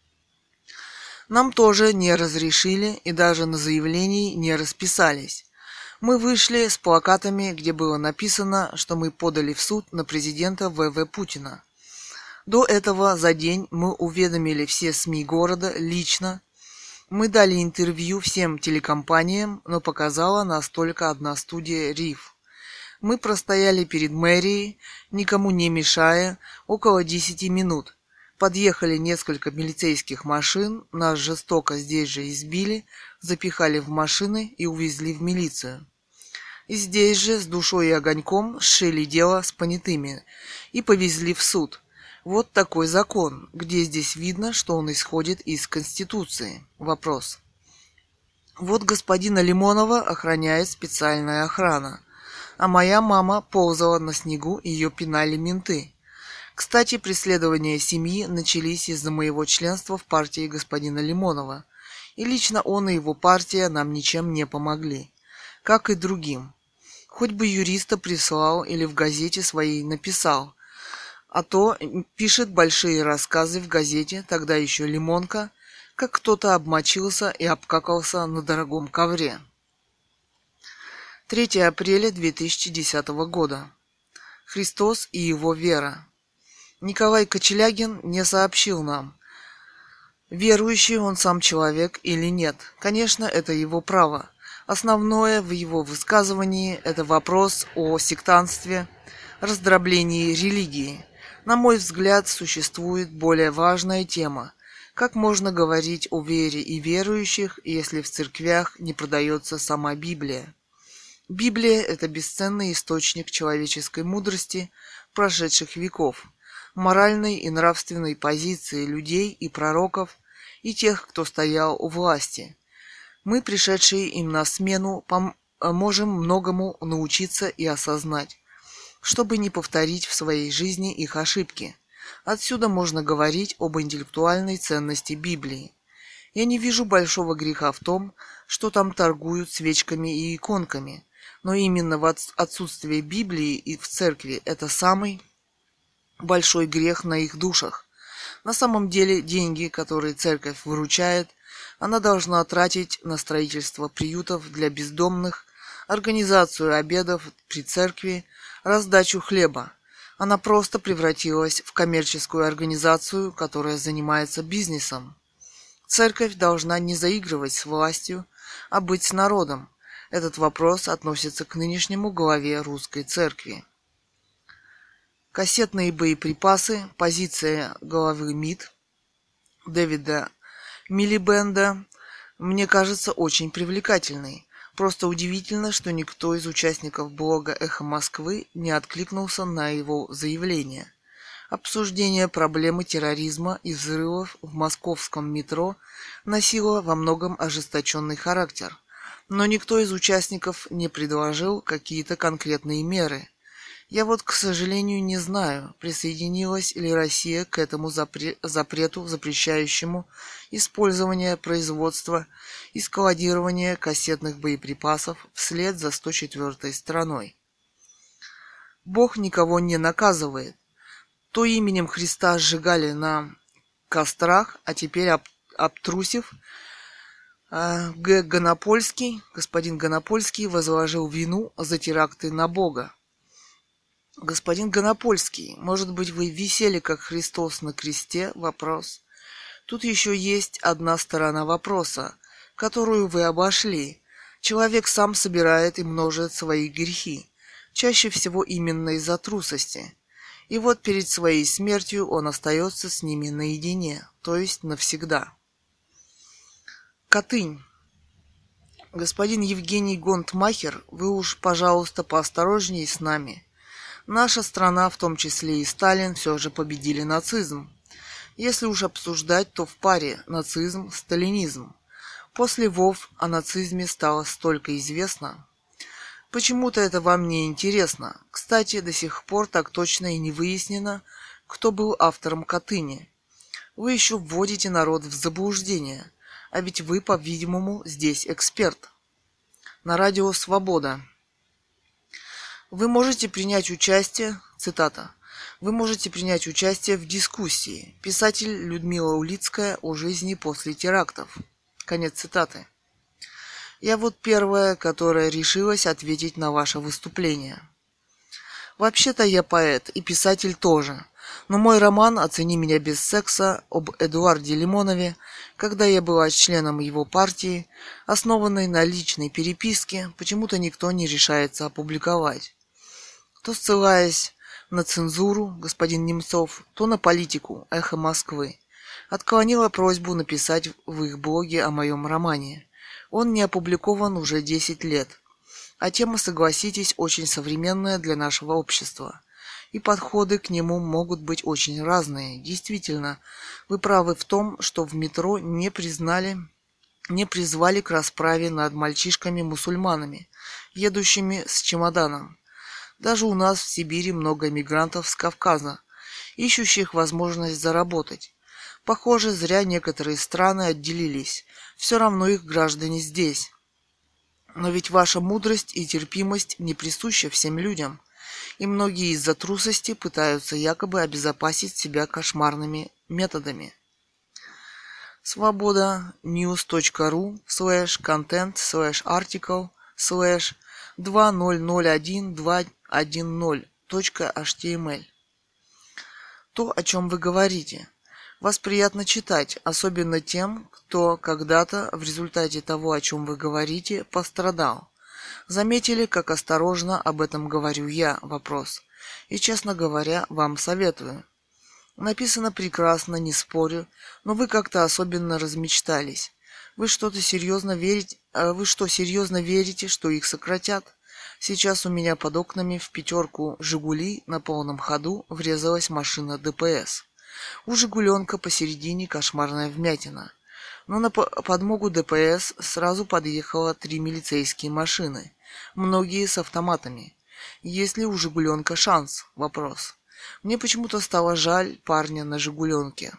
Нам тоже не разрешили и даже на заявлении не расписались. Мы вышли с плакатами, где было написано, что мы подали в суд на президента вэ вэ Путина. До этого за день мы уведомили все СМИ города лично. Мы дали интервью всем телекомпаниям, но показала нас только одна студия РИФ. Мы простояли перед мэрией, никому не мешая, около десяти минут. Подъехали несколько милицейских машин, нас жестоко здесь же избили, запихали в машины и увезли в милицию. И здесь же с душой и огоньком сшили дело с понятыми и повезли в суд. Вот такой закон, где здесь видно, что он исходит из Конституции. Вопрос. Вот господина Лимонова охраняет специальная охрана. А моя мама ползала на снегу, ее пинали менты. Кстати, преследования семьи начались из-за моего членства в партии господина Лимонова. И лично он и его партия нам ничем не помогли. Как и другим. Хоть бы юриста прислал или в газете своей написал. А то пишет большие рассказы в газете, тогда еще Лимонка, как кто-то обмочился и обкакался на дорогом ковре. третьего апреля две тысячи десятого года. Христос и его вера. Николай Кочелягин не сообщил нам, верующий он сам человек или нет. Конечно, это его право. Основное в его высказывании – это вопрос о сектантстве, раздроблении религии. На мой взгляд, существует более важная тема. Как можно говорить о вере и верующих, если в церквях не продается сама Библия? Библия – это бесценный источник человеческой мудрости прошедших веков, моральной и нравственной позиции людей и пророков, и тех, кто стоял у власти. Мы, пришедшие им на смену, можем многому научиться и осознать, чтобы не повторить в своей жизни их ошибки. Отсюда можно говорить об интеллектуальной ценности Библии. Я не вижу большого греха в том, что там торгуют свечками и иконками, но именно в отсутствие Библии и в церкви это самый большой грех на их душах. На самом деле деньги, которые церковь выручает, она должна тратить на строительство приютов для бездомных, организацию обедов при церкви, раздачу хлеба. Она просто превратилась в коммерческую организацию, которая занимается бизнесом. Церковь должна не заигрывать с властью, а быть с народом. Этот вопрос относится к нынешнему главе русской церкви. Кассетные боеприпасы, позиция главы МИД Дэвида Милибенда мне кажется очень привлекательной. Просто удивительно, что никто из участников блога «Эхо Москвы» не откликнулся на его заявление. Обсуждение проблемы терроризма и взрывов в московском метро носило во многом ожесточенный характер, но никто из участников не предложил какие-то конкретные меры. Я вот, к сожалению, не знаю, присоединилась ли Россия к этому запре- запрету, запрещающему использование, производство и складирование кассетных боеприпасов вслед за сто четвёртой страной. Бог никого не наказывает. То именем Христа сжигали на кострах, а теперь, об, обтрусив, э, Г. Гонопольский, господин Гонопольский возложил вину за теракты на Бога. Господин Гонопольский, может быть, вы висели, как Христос на кресте? Вопрос. Тут еще есть одна сторона вопроса, которую вы обошли. Человек сам собирает и множит свои грехи, чаще всего именно из-за трусости. И вот перед своей смертью он остается с ними наедине, то есть навсегда. Катынь. Господин Евгений Гонтмахер, вы уж, пожалуйста, поосторожнее с нами. Наша страна, в том числе и Сталин, все же победили нацизм. Если уж обсуждать, то в паре нацизм, сталинизм. После ВОВ о нацизме стало столько известно. Почему-то это вам не интересно. Кстати, до сих пор так точно и не выяснено, кто был автором Катыни. Вы еще вводите народ в заблуждение, а ведь вы, по-видимому, здесь эксперт. На радио «Свобода». Вы можете принять участие, цитата, «Вы можете принять участие в дискуссии. Писатель Людмила Улицкая о жизни после терактов». Конец цитаты. Я вот первая, которая решилась ответить на ваше выступление. Вообще-то я поэт и писатель тоже, но мой роман «Оцени меня без секса» об Эдуарде Лимонове, когда я была членом его партии, основанной на личной переписке, почему-то никто не решается опубликовать. То ссылаясь на цензуру, господин Немцов, то на политику, «Эхо Москвы», отклонила просьбу написать в их блоге о моем романе. Он не опубликован уже десять лет, а тема, согласитесь, очень современная для нашего общества, и подходы к нему могут быть очень разные. Действительно, вы правы в том, что в метро не признали, не призвали к расправе над мальчишками-мусульманами, едущими с чемоданом. Даже у нас в Сибири много мигрантов с Кавказа, ищущих возможность заработать. Похоже, зря некоторые страны отделились. Все равно их граждане здесь. Но ведь ваша мудрость и терпимость не присуща всем людям, и многие из-за трусости пытаются якобы обезопасить себя кошмарными методами. Свобода news.ru слэш контент слэш article слэш два ноль ноль один два один ноль точка эйч ти эм эль. То, о чем вы говорите, вас приятно читать, особенно тем, кто когда-то в результате того, о чем вы говорите, пострадал. Заметили, как осторожно об этом говорю я? Вопрос. И, честно говоря, вам советую. Написано прекрасно, не спорю, но вы как-то особенно размечтались. Вы что-то серьезно верите? Вы что, серьезно верите, что их сократят? Сейчас у меня под окнами в пятерку «Жигули» на полном ходу врезалась машина дэ пэ эс. У «Жигуленка» посередине кошмарная вмятина. Но на подмогу дэ пэ эс сразу подъехало три милицейские машины, многие с автоматами. Есть ли у «Жигуленка» шанс? Вопрос. Мне почему-то стало жаль парня на «Жигуленке».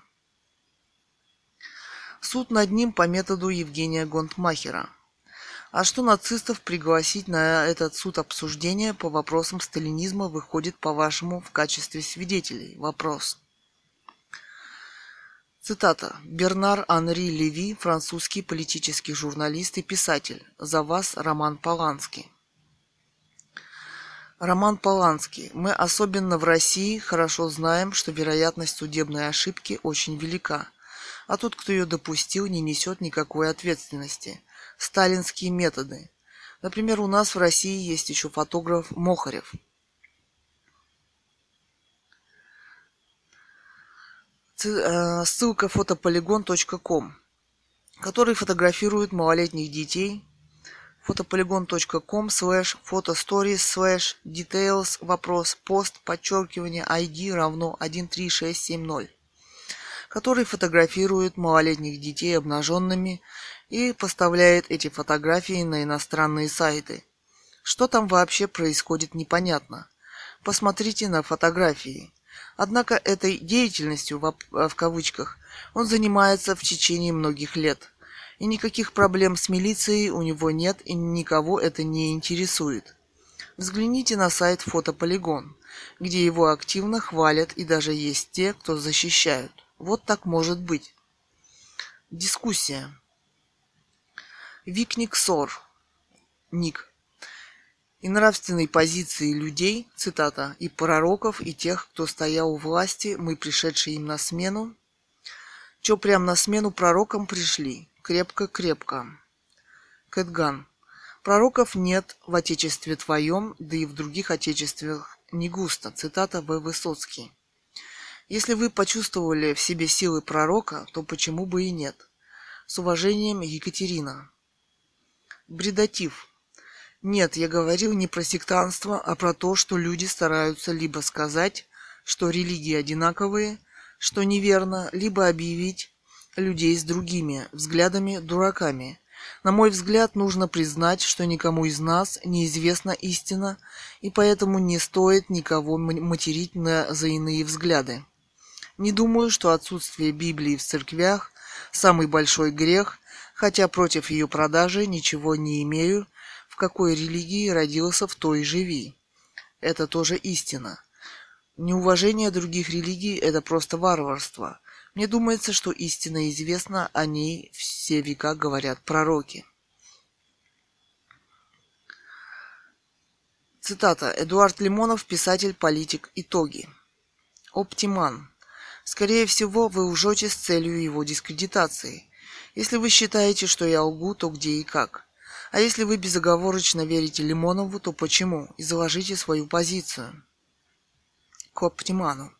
Суд над ним по методу Евгения Гонтмахера. А что нацистов пригласить на этот суд обсуждения по вопросам сталинизма выходит, по-вашему, в качестве свидетелей? Вопрос. Цитата. Бернар Анри Леви, французский политический журналист и писатель. За вас, Роман Поланский. Роман Поланский. Мы, особенно в России, хорошо знаем, что вероятность судебной ошибки очень велика. А тот, кто ее допустил, не несет никакой ответственности. Сталинские методы. Например, у нас в России есть еще фотограф Мохарев. Ссылка фотополигон точка ком, который фотографирует малолетних детей. фотополигон точка ком слэш фотосториз слэш details вопрос пост подчеркивание ай ди равно один три шесть семь ноль, который фотографирует малолетних детей обнаженными и поставляет эти фотографии на иностранные сайты. Что там вообще происходит, непонятно. Посмотрите на фотографии. Однако этой деятельностью, в кавычках, он занимается в течение многих лет. И никаких проблем с милицией у него нет, и никого это не интересует. Взгляните на сайт Фотополигон, где его активно хвалят, и даже есть те, кто защищают. Вот так может быть. Дискуссия. Викник Сор. Ник. И нравственной позиции людей, цитата, и пророков, и тех, кто стоял у власти, мы, пришедшие им на смену, чё прям на смену пророкам пришли, крепко-крепко. Кэтган. Пророков нет в отечестве твоем, да и в других отечествах не густо, цитата В. Высоцкий. Если вы почувствовали в себе силы пророка, то почему бы и нет? С уважением, Екатерина. Бредатив. Нет, я говорил не про сектантство, а про то, что люди стараются либо сказать, что религии одинаковые, что неверно, либо объявить людей с другими взглядами дураками. На мой взгляд, нужно признать, что никому из нас неизвестна истина, и поэтому не стоит никого материть на, за иные взгляды. Не думаю, что отсутствие Библии в церквях – самый большой грех, хотя против ее продажи ничего не имею, в какой религии родился, в той живи. Это тоже истина. Неуважение других религий – это просто варварство. Мне думается, что истина известна, о ней все века говорят пророки. Цитата. Эдуард Лимонов, писатель, политик. Итоги. Оптиман. Скорее всего, вы лжете с целью его дискредитации. Если вы считаете, что я лгу, то где и как? А если вы безоговорочно верите Лимонову, то почему? Изложите свою позицию. К Оптиману.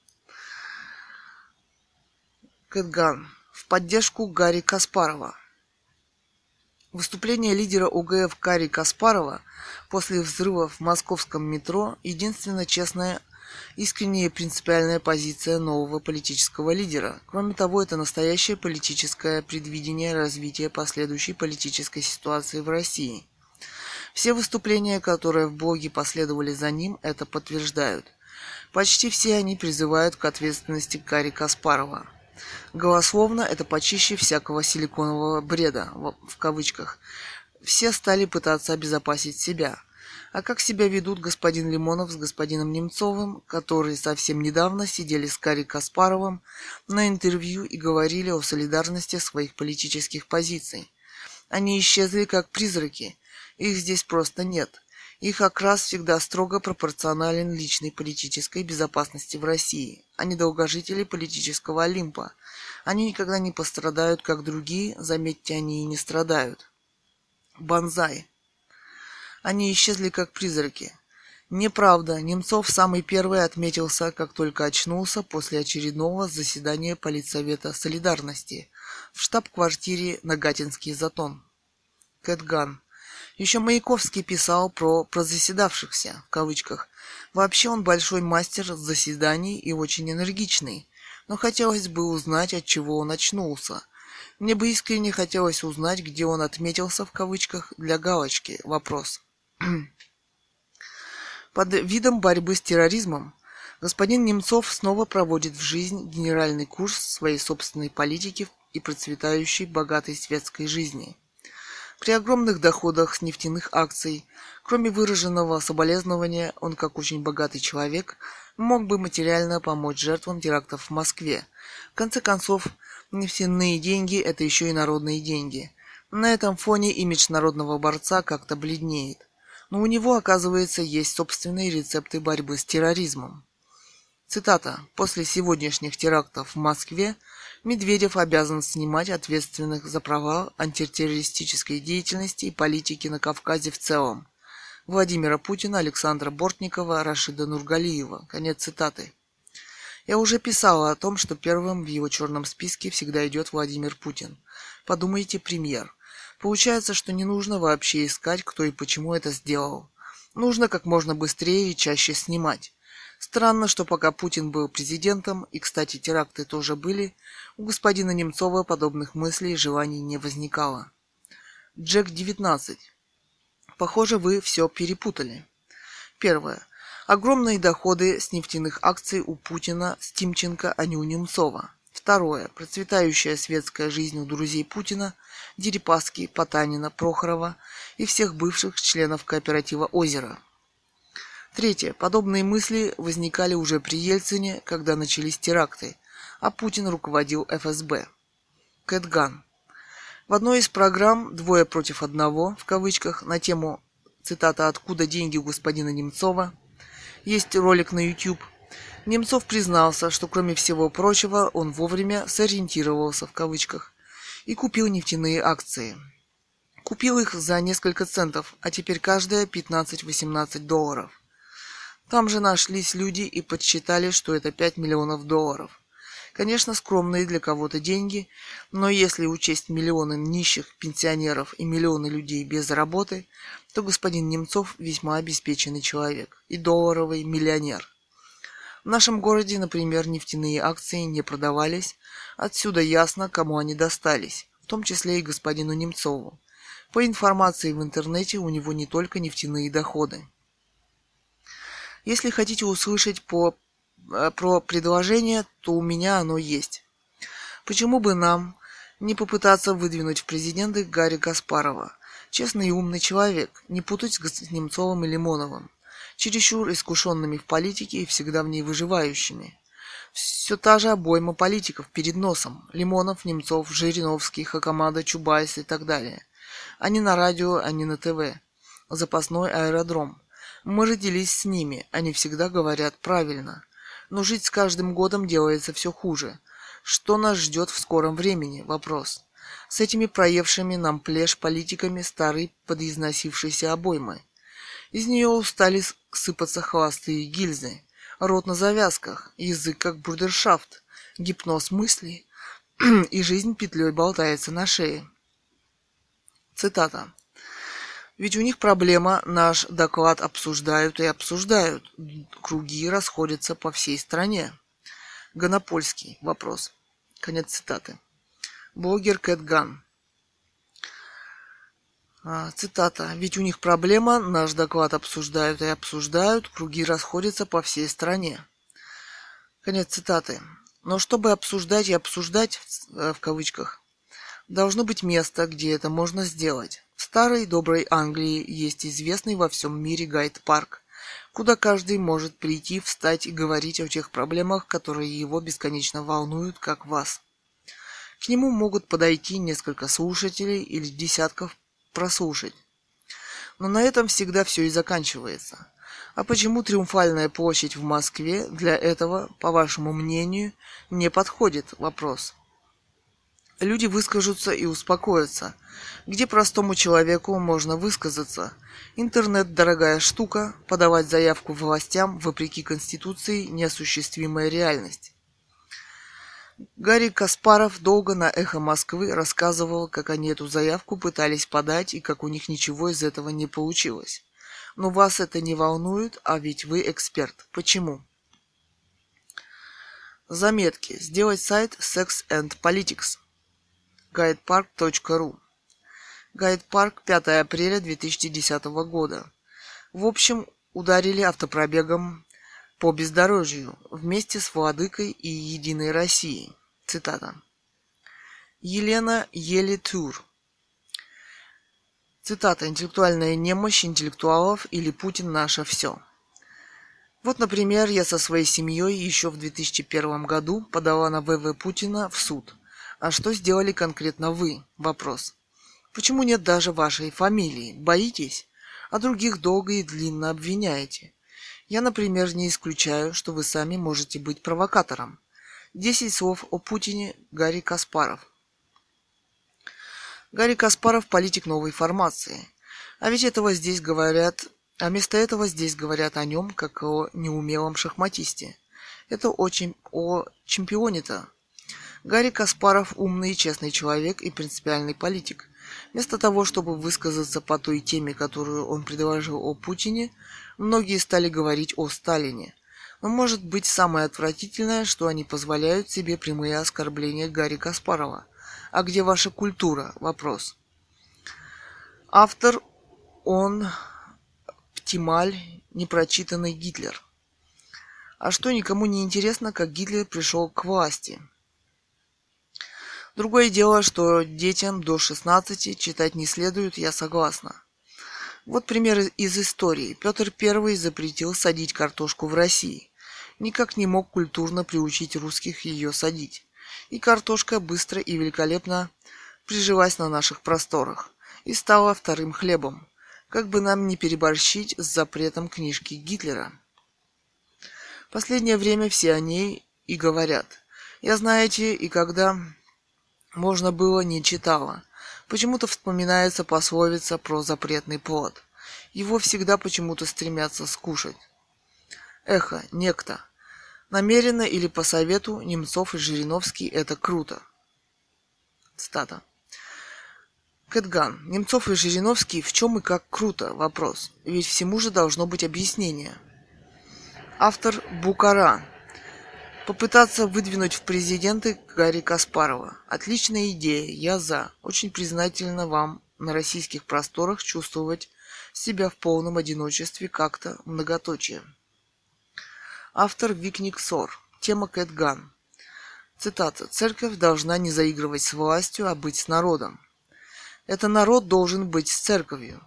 Кэтган. В поддержку Гарри Каспарова. Выступление лидера О Г Ф Гарри Каспарова после взрыва в московском метро – единственно честная, искренняя и принципиальная позиция нового политического лидера. Кроме того, это настоящее политическое предвидение развития последующей политической ситуации в России. Все выступления, которые в блоге последовали за ним, это подтверждают. Почти все они призывают к ответственности Гарри Каспарова. Голословно это почище всякого силиконового бреда, в кавычках. Все стали пытаться обезопасить себя. А как себя ведут господин Лимонов с господином Немцовым, которые совсем недавно сидели с Гарри Каспаровым на интервью и говорили о солидарности своих политических позиций? Они исчезли как призраки. Их здесь просто нет. Их окрас всегда строго пропорционален личной политической безопасности в России. Они долгожители политического Олимпа. Они никогда не пострадают, как другие, заметьте, они и не страдают. Банзай. Они исчезли, как призраки. Неправда, Немцов самый первый отметился, как только очнулся после очередного заседания Политсовета солидарности в штаб-квартире Нагатинский затон. Кэтган. Еще Маяковский писал про «прозаседавшихся», в кавычках. Вообще он большой мастер заседаний и очень энергичный, но хотелось бы узнать, от чего он очнулся. Мне бы искренне хотелось узнать, где он отметился, в кавычках, для галочки. Вопрос. Под видом борьбы с терроризмом господин Немцов снова проводит в жизнь генеральный курс своей собственной политики и процветающей богатой светской жизни. При огромных доходах с нефтяных акций, кроме выраженного соболезнования, он, как очень богатый человек, мог бы материально помочь жертвам терактов в Москве. В конце концов, нефтяные деньги – это еще и народные деньги. На этом фоне имидж народного борца как-то бледнеет. Но у него, оказывается, есть собственные рецепты борьбы с терроризмом. Цитата. «После сегодняшних терактов в Москве Медведев обязан снимать ответственных за провал антитеррористической деятельности и политики на Кавказе в целом. Владимира Путина, Александра Бортникова, Рашида Нургалиева». Конец цитаты. Я уже писала о том, что первым в его черном списке всегда идет Владимир Путин. Подумайте, премьер. Получается, что не нужно вообще искать, кто и почему это сделал. Нужно как можно быстрее и чаще снимать. Странно, что пока Путин был президентом, и, кстати, теракты тоже были, у господина Немцова подобных мыслей и желаний не возникало. Джек девятнадцать. Похоже, вы все перепутали. Первое. Огромные доходы с нефтяных акций у Путина, с Тимченко, а не у Немцова. Второе. Процветающая светская жизнь у друзей Путина, Дерипаски, Потанина, Прохорова и всех бывших членов кооператива «Озеро». Третье. Подобные мысли возникали уже при Ельцине, когда начались теракты, а Путин руководил эф эс бэ. Кэт Ган. В одной из программ «Двое против одного» в кавычках на тему, цитата, «Откуда деньги у господина Немцова?» есть ролик на YouTube. Немцов признался, что кроме всего прочего он вовремя сориентировался в кавычках и купил нефтяные акции. Купил их за несколько центов, а теперь каждая пятнадцать-восемнадцать долларов. Там же нашлись люди и подсчитали, что это пять миллионов долларов. Конечно, скромные для кого-то деньги, но если учесть миллионы нищих пенсионеров и миллионы людей без работы, то господин Немцов весьма обеспеченный человек и долларовый миллионер. В нашем городе, например, нефтяные акции не продавались, отсюда ясно, кому они достались, в том числе и господину Немцову. По информации в интернете, у него не только нефтяные доходы. Если хотите услышать по, э, про предложение, то у меня оно есть. Почему бы нам не попытаться выдвинуть в президенты Гарри Каспарова? Честный и умный человек, не путать с Немцовым и Лимоновым, чересчур искушенными в политике и всегда в ней выживающими. Все та же обойма политиков перед носом. Лимонов, Немцов, Жириновский, Хакамада, Чубайс и так далее. Они на радио, они на ТВ. Запасной аэродром. Мы родились с ними, они всегда говорят правильно. Но жить с каждым годом делается все хуже. Что нас ждет в скором времени? Вопрос. С этими проевшими нам плешь политиками старой подизносившейся обоймы. Из нее устали сыпаться хвосты и гильзы. Рот на завязках, язык как брудершафт, гипноз мыслей, и жизнь петлей болтается на шее. Цитата. Ведь у них проблема, наш доклад обсуждают и обсуждают. Круги расходятся по всей стране. Гонопольский. Вопрос. Конец цитаты. Блогер Кэт Ган. А, цитата. Ведь у них проблема, наш доклад обсуждают и обсуждают. Круги расходятся по всей стране. Конец цитаты. Но чтобы обсуждать и обсуждать, в кавычках, должно быть место, где это можно сделать. В старой доброй Англии есть известный во всем мире гайд-парк, куда каждый может прийти, встать и говорить о тех проблемах, которые его бесконечно волнуют, как вас. К нему могут подойти несколько слушателей или десятков прослушать. Но на этом всегда все и заканчивается. А почему Триумфальная площадь в Москве для этого, по вашему мнению, не подходит? Вопрос. Люди выскажутся и успокоятся. Где простому человеку можно высказаться? Интернет – дорогая штука, подавать заявку властям, вопреки Конституции, неосуществимая реальность. Гарри Каспаров долго на «Эхо Москвы» рассказывал, как они эту заявку пытались подать и как у них ничего из этого не получилось. Но вас это не волнует, а ведь вы эксперт. Почему? Заметки. Сделать сайт Sex and Politics. гайдпарк точка ру. Гайд-парк, пятое апреля две тысячи десятого года. В общем, ударили автопробегом по бездорожью вместе с Владыкой и Единой Россией. Цитата. Елена Елитур. Цитата. Интеллектуальная немощь интеллектуалов или Путин наше все. Вот, например, я со своей семьей еще в две тысячи первом году подала на вэ вэ Путина в суд. А что сделали конкретно вы? Вопрос. Почему нет даже вашей фамилии? Боитесь? А других долго и длинно обвиняете. Я, например, не исключаю, что вы сами можете быть провокатором. Десять слов о Путине. Гарри Каспаров. Гарри Каспаров – политик новой формации. А ведь этого здесь говорят... А вместо этого здесь говорят о нем, как о неумелом шахматисте. Это очень о чемпионе-то. Гарри Каспаров – умный и честный человек и принципиальный политик. Вместо того, чтобы высказаться по той теме, которую он предложил о Путине, многие стали говорить о Сталине. Но может быть самое отвратительное, что они позволяют себе прямые оскорбления Гарри Каспарова. А где ваша культура? Вопрос. Автор он Птималь непрочитанный Гитлер. А что, никому не интересно, как Гитлер пришел к власти? Другое дело, что детям до шестнадцати читать не следует, я согласна. Вот пример из истории. Петр Первый запретил садить картошку в России. Никак не мог культурно приучить русских ее садить. И картошка быстро и великолепно прижилась на наших просторах и стала вторым хлебом. Как бы нам не переборщить с запретом книжки Гитлера. Последнее время все о ней и говорят. Я, знаете, и когда можно было, не читала. Почему-то вспоминается пословица про запретный плод. Его всегда почему-то стремятся скушать. Эхо, некто. Намеренно или по совету Немцов и Жириновский это круто. Цитата. Кэтган. Немцов и Жириновский в чем и как круто? Вопрос. Ведь всему же должно быть объяснение. Автор Букара. Попытаться выдвинуть в президенты Гарри Каспарова. Отличная идея, я за. Очень признательна вам на российских просторах чувствовать себя в полном одиночестве как-то многоточие. Автор Викник Сор. Тема Кэтган. Цитата. Церковь должна не заигрывать с властью, а быть с народом. Это народ должен быть с церковью.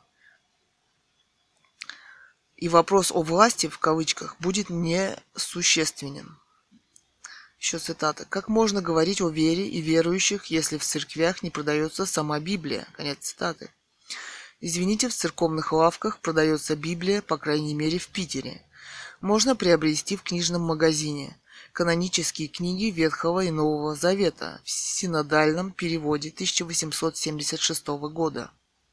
И вопрос о власти, в кавычках, будет несущественен. Еще цитата. Как можно говорить о вере и верующих, если в церквях не продается сама Библия? Конец цитаты. Извините, в церковных лавках продается Библия, по крайней мере, в Питере. Можно приобрести в книжном магазине канонические книги Ветхого и Нового Завета в синодальном переводе тысяча восемьсот семьдесят шестого года.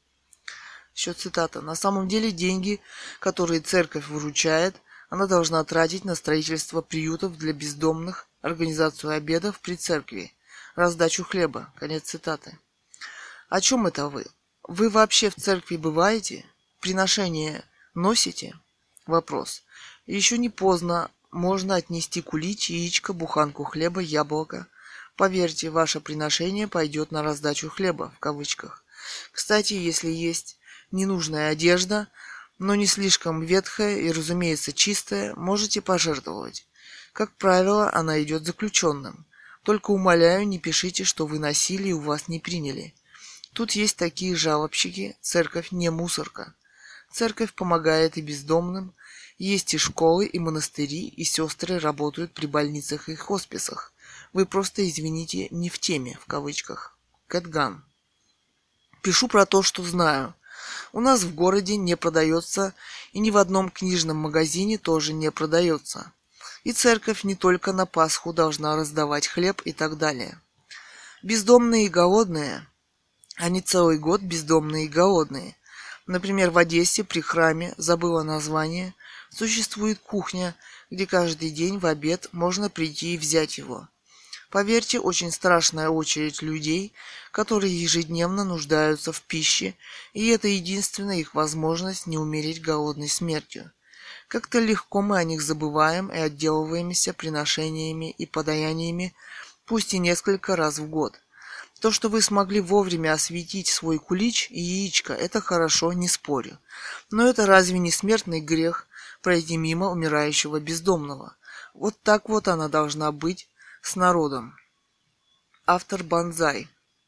Еще цитата. На самом деле деньги, которые церковь выручает, она должна тратить на строительство приютов для бездомных, организацию обедов при церкви, раздачу хлеба. Конец цитаты. О чем это вы? Вы вообще в церкви бываете? Приношение носите? Вопрос. Еще не поздно. Можно отнести кулич, яичко, буханку хлеба, яблоко. Поверьте, ваше приношение пойдет на раздачу хлеба, в кавычках. Кстати, если есть ненужная одежда, но не слишком ветхая и, разумеется, чистая, можете пожертвовать. Как правило, она идет заключенным. Только умоляю, не пишите, что вы носили и у вас не приняли. Тут есть такие жалобщики, церковь не мусорка. Церковь помогает и бездомным, есть и школы, и монастыри, и сестры работают при больницах и хосписах. Вы просто, извините, не в теме, в кавычках. Кэтган. Пишу про то, что знаю. У нас в городе не продается, и ни в одном книжном магазине тоже не продается. И церковь не только на Пасху должна раздавать хлеб и так далее. Бездомные и голодные, они целый год бездомные и голодные. Например, в Одессе при храме, забыла название, существует кухня, где каждый день в обед можно прийти и взять его. Поверьте, очень страшная очередь людей, которые ежедневно нуждаются в пище, и это единственная их возможность не умереть голодной смертью. Как-то легко мы о них забываем и отделываемся приношениями и подаяниями, пусть и несколько раз в год. То, что вы смогли вовремя осветить свой кулич и яичко, это хорошо, не спорю. Но это разве не смертный грех пройти мимо умирающего бездомного? Вот так вот она должна быть с народом. Автор Банзай.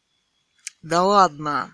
Да ладно.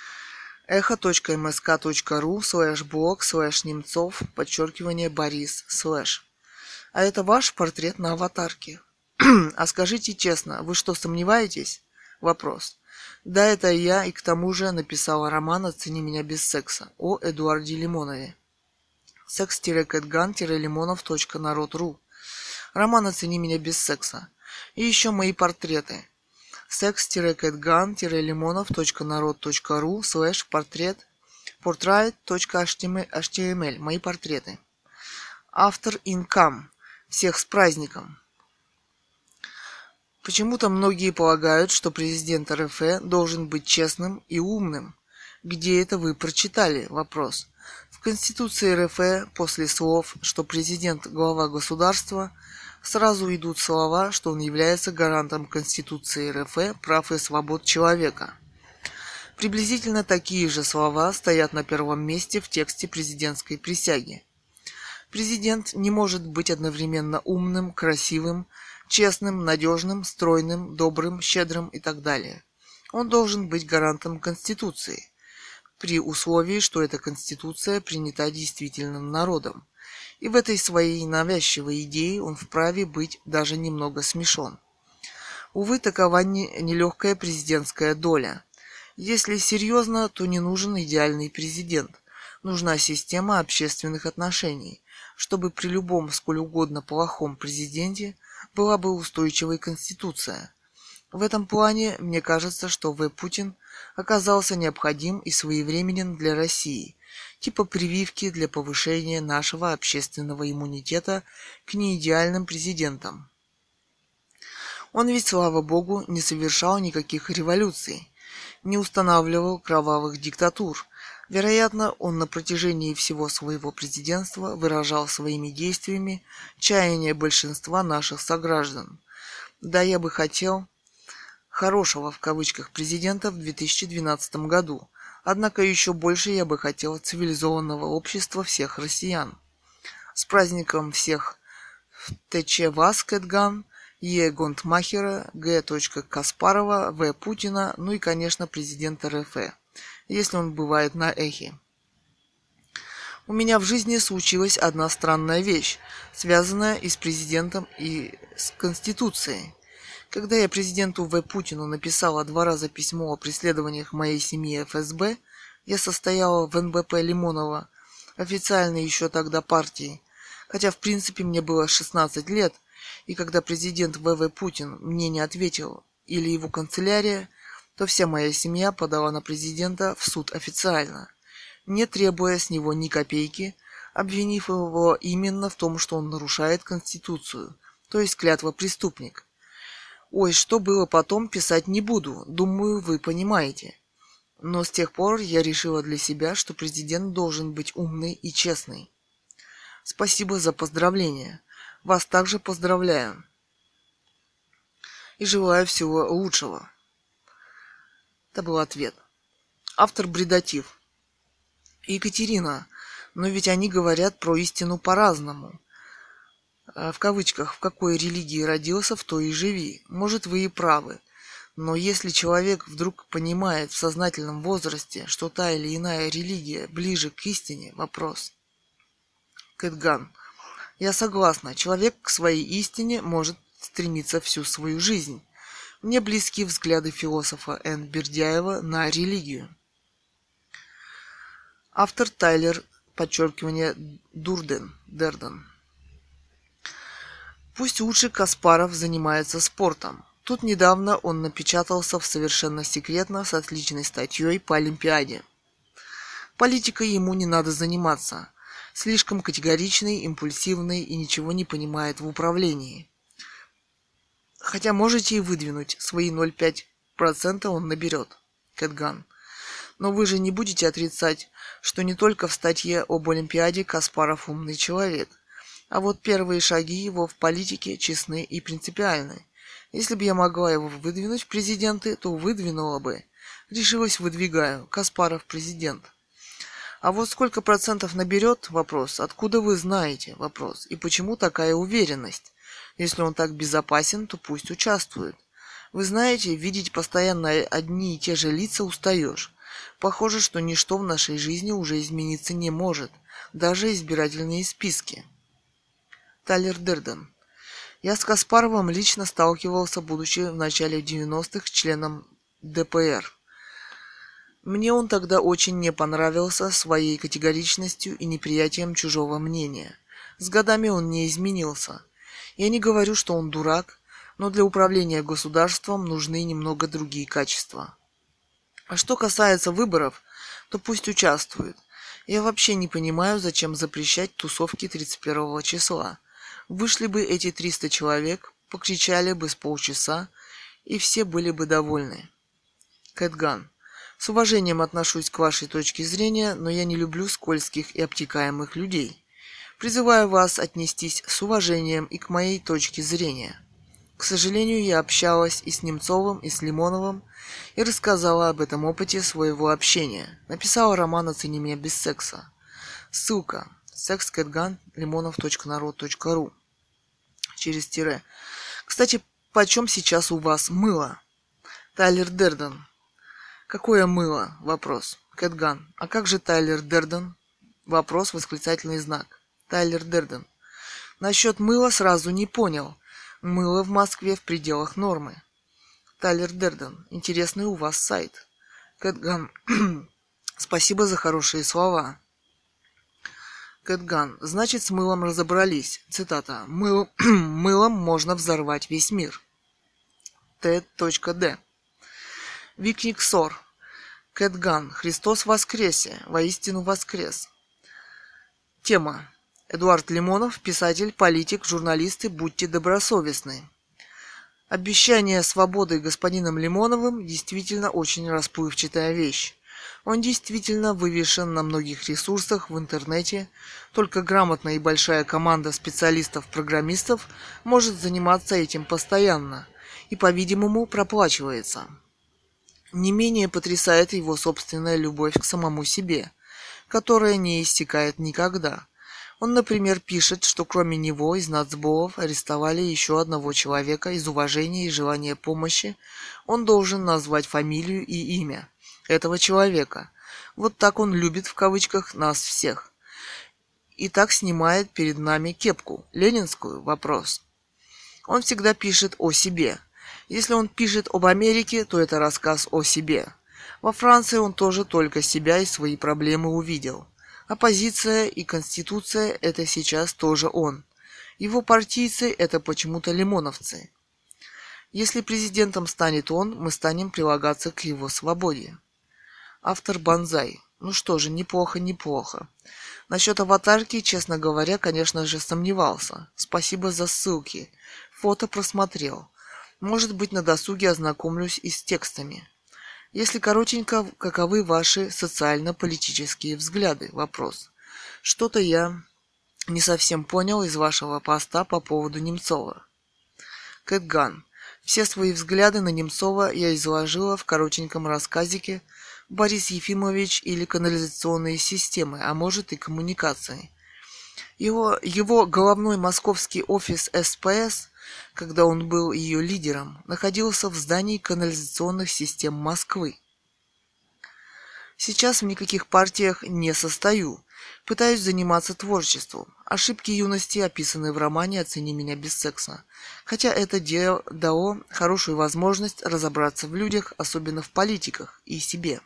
эхо.мск.ру слэш блог слэш Немцов подчеркивание Борис слэш. А это ваш портрет на аватарке? А скажите честно, вы что, сомневаетесь? Вопрос. Да, это я, и к тому же написала роман «Оцени меня без секса» о Эдуарде Лимонове. секс-кэтган-лимонов точка народ точка ру. Роман «Оцени меня без секса». И еще мои портреты. секс-кэтган-лимонов точка народ точка ру слэш портрет portrait.html. Мои портреты. Автор Инкам. Всех с праздником. Почему-то многие полагают, что президент эр эф должен быть честным и умным. Где это вы прочитали? Вопрос. В Конституции эр эф после слов, что президент – глава государства, сразу идут слова, что он является гарантом Конституции эр эф прав и свобод человека. Приблизительно такие же слова стоят на первом месте в тексте президентской присяги. Президент не может быть одновременно умным, красивым, честным, надежным, стройным, добрым, щедрым и так далее. Он должен быть гарантом Конституции, при условии, что эта Конституция принята действительным народом. И в этой своей навязчивой идее он вправе быть даже немного смешон. Увы, такова нелегкая президентская доля. Если серьезно, то не нужен идеальный президент. Нужна система общественных отношений, чтобы при любом сколь угодно плохом президенте была бы устойчивая конституция. В этом плане мне кажется, что В. Путин оказался необходим и своевременен для России, типа прививки для повышения нашего общественного иммунитета к неидеальным президентам. Он ведь, слава богу, не совершал никаких революций, не устанавливал кровавых диктатур. Вероятно, он на протяжении всего своего президентства выражал своими действиями чаяние большинства наших сограждан. Да, я бы хотел хорошего в кавычках президента в две тысячи двенадцатом году, однако еще больше я бы хотел цивилизованного общества всех россиян. С праздником всех ТЧ вас, Кэтган, Е. Гонтмахера, Г. Каспарова, В. Путина, ну и, конечно, президента РФ, если он бывает на эхе. У меня в жизни случилась одна странная вещь, связанная и с президентом, и с Конституцией. Когда я президенту В. Путину написала два раза письмо о преследованиях моей семьи эф эс бэ, я состояла в эн бэ пэ Лимонова, официальной еще тогда партии, хотя в принципе мне было шестнадцать лет, и когда президент вэ вэ Путин мне не ответил, или его канцелярия, то вся моя семья подала на президента в суд официально, не требуя с него ни копейки, обвинив его именно в том, что он нарушает Конституцию, то есть клятва преступник. Ой, что было потом, писать не буду, думаю, вы понимаете. Но с тех пор я решила для себя, что президент должен быть умный и честный. Спасибо за поздравления. Вас также поздравляю. И желаю всего лучшего. Это был ответ. Автор бредатив. Екатерина, но ведь они говорят про истину по-разному. В кавычках, в какой религии родился, в той и живи. Может, вы и правы. Но если человек вдруг понимает в сознательном возрасте, что та или иная религия ближе к истине, вопрос. Кэтган. Я согласна, человек к своей истине может стремиться всю свою жизнь. Мне близки взгляды философа Н. Бердяева на религию. Автор Тайлер, подчеркивание, Дурден, Дерден. Пусть лучше Каспаров занимается спортом. Тут недавно он напечатался в совершенно секретно с отличной статьей по Олимпиаде. Политикой ему не надо заниматься. Слишком категоричный, импульсивный и ничего не понимает в управлении. Хотя можете и выдвинуть, свои ноль целых пять десятых процента он наберет. Кэтган. Но вы же не будете отрицать, что не только в статье об Олимпиаде Каспаров умный человек. А вот первые шаги его в политике честны и принципиальны. Если бы я могла его выдвинуть в президенты, то выдвинула бы. Решилась, выдвигаю. Каспаров президент. А вот сколько процентов наберет? Вопрос. Откуда вы знаете? Вопрос. И почему такая уверенность? Если он так безопасен, то пусть участвует. Вы знаете, видеть постоянно одни и те же лица устаешь. Похоже, что ничто в нашей жизни уже измениться не может. Даже избирательные списки. Тайлер Дерден. Я с Каспаровым лично сталкивался, будучи в начале девяностых членом дэ пэ эр. Мне он тогда очень не понравился своей категоричностью и неприятием чужого мнения. С годами он не изменился. Я не говорю, что он дурак, но для управления государством нужны немного другие качества. А что касается выборов, то пусть участвует. Я вообще не понимаю, зачем запрещать тусовки тридцать первого числа. Вышли бы эти триста человек, покричали бы с полчаса, и все были бы довольны. Кэтган. С уважением отношусь к вашей точке зрения, но я не люблю скользких и обтекаемых людей. Призываю вас отнестись с уважением и к моей точке зрения. К сожалению, я общалась и с Немцовым, и с Лимоновым, и рассказала об этом опыте своего общения. Написала роман «Оцени меня без секса». Ссылка. секс кэт ган лимонов точка народ точка ру через тире. Кстати, почем сейчас у вас мыло? Тайлер Дерден. Какое мыло? Вопрос. кэт ган. А как же Тайлер Дерден? Вопрос, восклицательный знак. Тайлер Дерден. Насчет мыла сразу не понял. Мыло в Москве в пределах нормы. Тайлер Дерден. Интересный у вас сайт. кэт ган. Спасибо за хорошие слова. кэт ган. Значит, с мылом разобрались. Цитата. Мыл... Мылом можно взорвать весь мир. Т.Д. Викник Сор. кэт ган. Христос воскресе. Воистину воскрес. Тема. Эдуард Лимонов, писатель, политик, журналисты, будьте добросовестны. Обещание свободы господином Лимоновым действительно очень расплывчатая вещь. Он действительно вывешен на многих ресурсах в интернете, только грамотная и большая команда специалистов-программистов может заниматься этим постоянно и, по-видимому, проплачивается. Не менее потрясает его собственная любовь к самому себе, которая не иссякает никогда. Он, например, пишет, что кроме него из нацболов арестовали еще одного человека из уважения и желания помощи. Он должен назвать фамилию и имя этого человека. Вот так он любит в кавычках нас всех. И так снимает перед нами кепку. Ленинскую? Вопрос. Он всегда пишет о себе. Если он пишет об Америке, то это рассказ о себе. Во Франции он тоже только себя и свои проблемы увидел. Оппозиция и Конституция – это сейчас тоже он. Его партийцы – это почему-то лимоновцы. Если президентом станет он, мы станем прилагаться к его свободе. Автор Банзай. Ну что же, неплохо, неплохо. Насчет аватарки, честно говоря, конечно же, сомневался. Спасибо за ссылки. Фото просмотрел. Может быть, на досуге ознакомлюсь и с текстами. Если коротенько, каковы ваши социально-политические взгляды? Вопрос. Что-то я не совсем понял из вашего поста по поводу Немцова. кэт ган. Все свои взгляды на Немцова я изложила в коротеньком рассказике «Борис Ефимович» или «Канализационные системы», а может и «Коммуникации». Его, его головной московский офис эс пэ эс, когда он был ее лидером, находился в здании канализационных систем Москвы. Сейчас в никаких партиях не состою. Пытаюсь заниматься творчеством. Ошибки юности описаны в романе «Оцени меня без секса». Хотя это дело дало хорошую возможность разобраться в людях, особенно в политиках, и себе.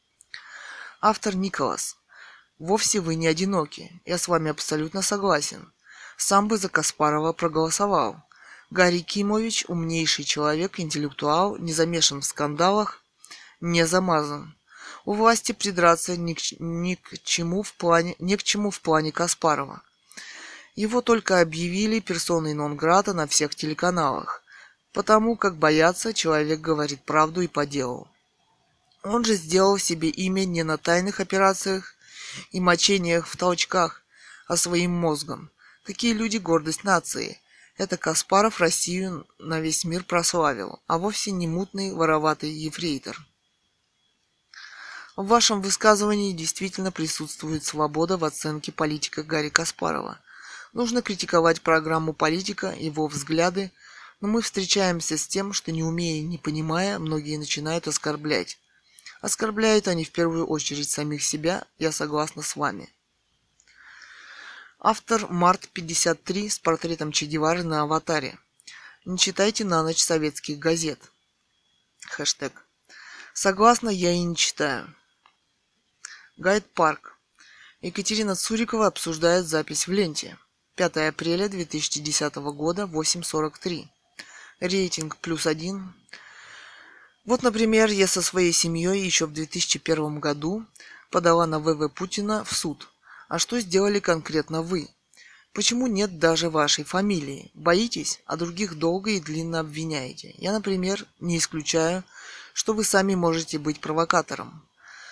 Автор Николас. Вовсе вы не одиноки. Я с вами абсолютно согласен. Сам бы за Каспарова проголосовал. Гарри Кимович – умнейший человек, интеллектуал, не замешан в скандалах, не замазан. У власти придраться ни к, ни к чему в плане, ни к чему в плане Каспарова. Его только объявили персоной нон-грата на всех телеканалах, потому как боятся, человек говорит правду и по делу. Он же сделал себе имя не на тайных операциях и мочениях в толчках, а своим мозгом. Такие люди – гордость нации. Это Каспаров Россию на весь мир прославил, а вовсе не мутный вороватый ефрейтор. В вашем высказывании действительно присутствует свобода в оценке политика Гарри Каспарова. Нужно критиковать программу политика, его взгляды, но мы встречаемся с тем, что не умея и не понимая, многие начинают оскорблять. Оскорбляют они в первую очередь самих себя, я согласна с вами. Автор Март пятьдесят три с портретом Че Гевары на аватаре. Не читайте на ночь советских газет. Хэштег. Согласна, я и не читаю. Гайд Парк. Екатерина Цурикова обсуждает запись в ленте. пятое апреля две тысячи десятого года, восемь сорок три. Рейтинг плюс один. Вот, например, я со своей семьей еще в две тысячи первом году подала на вэ вэ Путина в суд. А что сделали конкретно вы? Почему нет даже вашей фамилии? Боитесь, а других долго и длинно обвиняете. Я, например, не исключаю, что вы сами можете быть провокатором.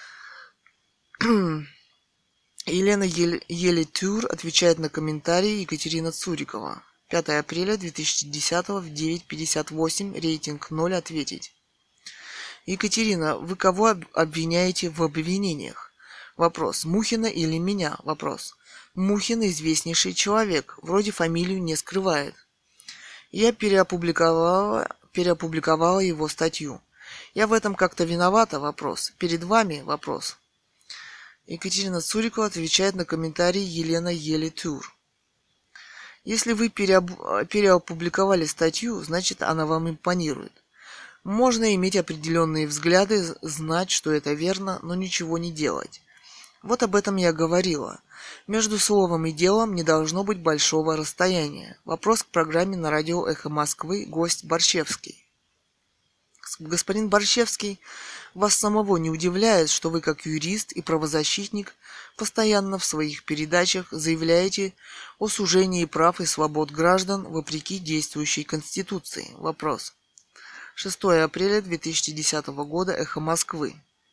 Елена Еле-Тюр отвечает на комментарии Екатерина Цурикова. пятое апреля две тысячи десятого в девять пятьдесят восемь, рейтинг ноль, ответить. Екатерина, вы кого обвиняете в обвинениях? Вопрос. Мухина или меня? Вопрос. Мухин известнейший человек, вроде фамилию не скрывает. Я переопубликовала, переопубликовала его статью. Я в этом как-то виновата? Вопрос. Перед вами? Вопрос. Екатерина Цурикова отвечает на комментарий Елена Ели-Тур. Если вы переоб... переопубликовали статью, значит, она вам импонирует. Можно иметь определенные взгляды, знать, что это верно, но ничего не делать. Вот об этом я говорила. Между словом и делом не должно быть большого расстояния. Вопрос к программе на радио «Эхо Москвы», гость Борщевский. Господин Борщевский, вас самого не удивляет, что вы как юрист и правозащитник постоянно в своих передачах заявляете о сужении прав и свобод граждан вопреки действующей Конституции? Вопрос. шестое апреля две тысячи десятого года. «Эхо Москвы».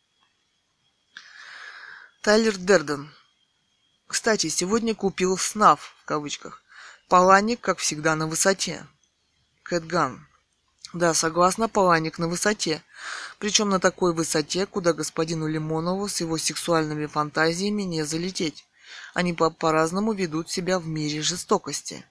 Тайлер Дерден. Кстати, сегодня купил «СНАФ», в кавычках. Паланник, как всегда, на высоте. Кэт Ган. Да, согласна, Паланник на высоте. Причем на такой высоте, куда господину Лимонову с его сексуальными фантазиями не залететь. Они по- по-разному ведут себя в мире жестокости.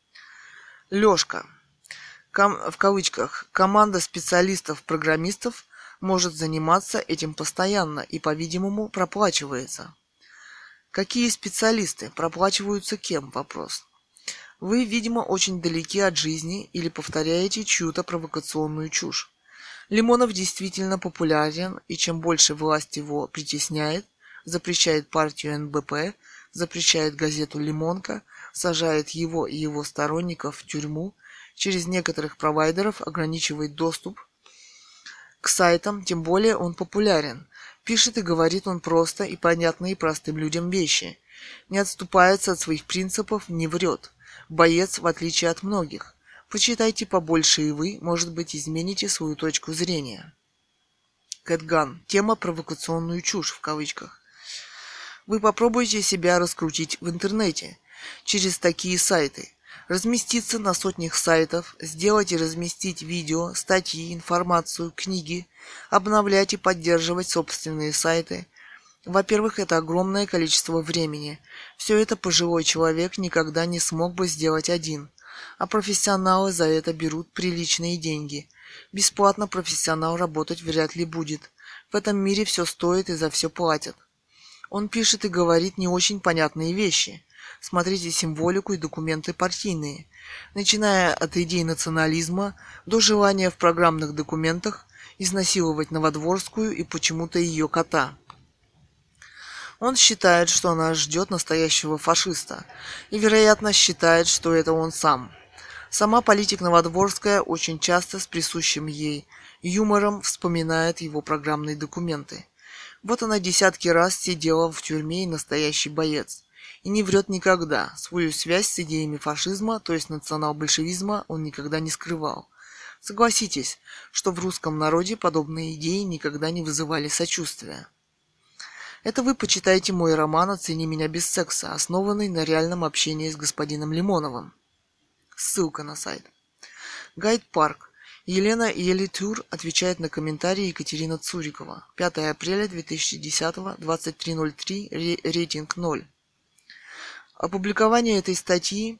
Лёшка. Ком- в кавычках. Команда специалистов-программистов может заниматься этим постоянно и, по-видимому, проплачивается. Какие специалисты? Проплачиваются кем? Вопрос. Вы, видимо, очень далеки от жизни или повторяете чью-то провокационную чушь. Лимонов действительно популярен, и чем больше власть его притесняет, запрещает партию эн бэ пэ, запрещает газету «Лимонка», сажает его и его сторонников в тюрьму, через некоторых провайдеров ограничивает доступ к сайтам, тем более он популярен. Пишет и говорит он просто и понятные простым людям вещи. Не отступается от своих принципов, не врет. Боец, в отличие от многих. Почитайте побольше, и вы, может быть, измените свою точку зрения. Кэт Ган. Тема «провокационную чушь» в кавычках. Вы попробуйте себя раскрутить в интернете через такие сайты. Разместиться на сотнях сайтов, сделать и разместить видео, статьи, информацию, книги, обновлять и поддерживать собственные сайты. Во-первых, это огромное количество времени. Все это пожилой человек никогда не смог бы сделать один. А профессионалы за это берут приличные деньги. Бесплатно профессионал работать вряд ли будет. В этом мире все стоит и за все платят. Он пишет и говорит не очень понятные вещи. Смотрите символику и документы партийные. Начиная от идей национализма до желания в программных документах изнасиловать Новодворскую и почему-то ее кота. Он считает, что она ждет настоящего фашиста, и, вероятно, считает, что это он сам. Сама политик Новодворская очень часто с присущим ей юмором вспоминает его программные документы. Вот она десятки раз сидела в тюрьме и настоящий боец. И не врет никогда. Свою связь с идеями фашизма, то есть национал-большевизма, он никогда не скрывал. Согласитесь, что в русском народе подобные идеи никогда не вызывали сочувствия. Это вы почитайте мой роман «Оцени меня без секса», основанный на реальном общении с господином Лимоновым. Ссылка на сайт. Гайд-парк. Елена Ели-Тур отвечает на комментарии Екатерина Цурикова. пятое апреля две тысячи десятого, двадцать три ноль три, рейтинг ноль. Опубликование этой статьи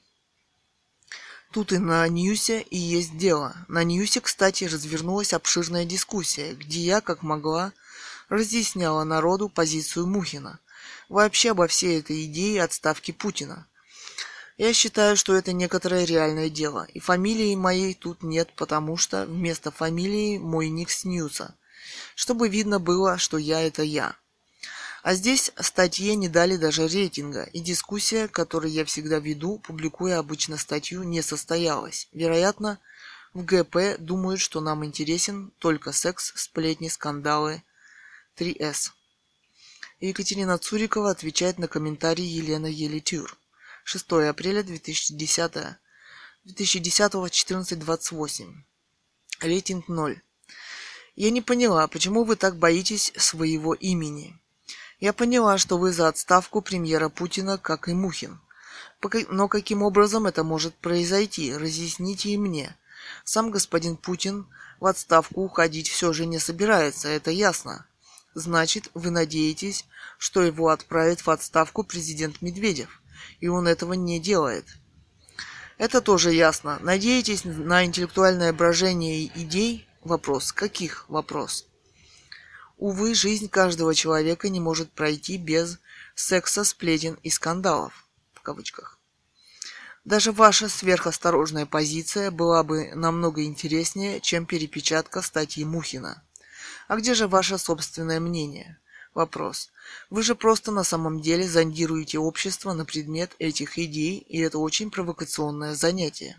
тут и на Ньюсе и есть дело. На Ньюсе, кстати, развернулась обширная дискуссия, где я, как могла, разъясняла народу позицию Мухина. Вообще обо всей этой идее отставки Путина. Я считаю, что это некоторое реальное дело. И фамилии моей тут нет, потому что вместо фамилии мой ник с Ньюса. Чтобы видно было, что я это я. А здесь статье не дали даже рейтинга, и дискуссия, которую я всегда веду, публикуя обычно статью, не состоялась. Вероятно, в гэ пэ думают, что нам интересен только секс, сплетни, скандалы, три эс. Екатерина Цурикова отвечает на комментарий Елены Ели-Тур. шестое апреля две тысячи десятого, четырнадцать двадцать восемь. Рейтинг ноль. Я не поняла, почему вы так боитесь своего имени. Я поняла, что вы за отставку премьера Путина, как и Мухин. Но каким образом это может произойти, разъясните и мне. Сам господин Путин в отставку уходить все же не собирается, это ясно. Значит, вы надеетесь, что его отправит в отставку президент Медведев. и он этого не делает. Это тоже ясно. Надеетесь на интеллектуальное брожение идей? Вопрос. Каких? Вопрос. Увы, жизнь каждого человека не может пройти без секса, сплетен и скандалов. В кавычках. Даже ваша сверхосторожная позиция была бы намного интереснее, чем перепечатка статьи Мухина. А где же ваше собственное мнение? Вопрос. Вы же просто на самом деле зондируете общество на предмет этих идей, и это очень провокационное занятие.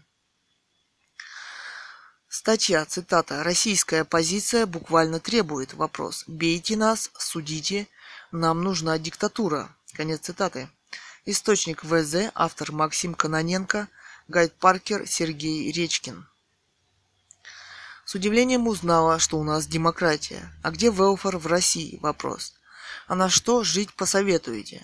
Статья, цитата. «Российская позиция буквально требует». Вопрос. «Бейте нас, судите, нам нужна диктатура». Конец цитаты. Источник ВЗ, автор Максим Кононенко, Гайд Паркер, Сергей Речкин. С удивлением узнала, что у нас демократия. А где велфар в России? Вопрос. А на что жить посоветуете?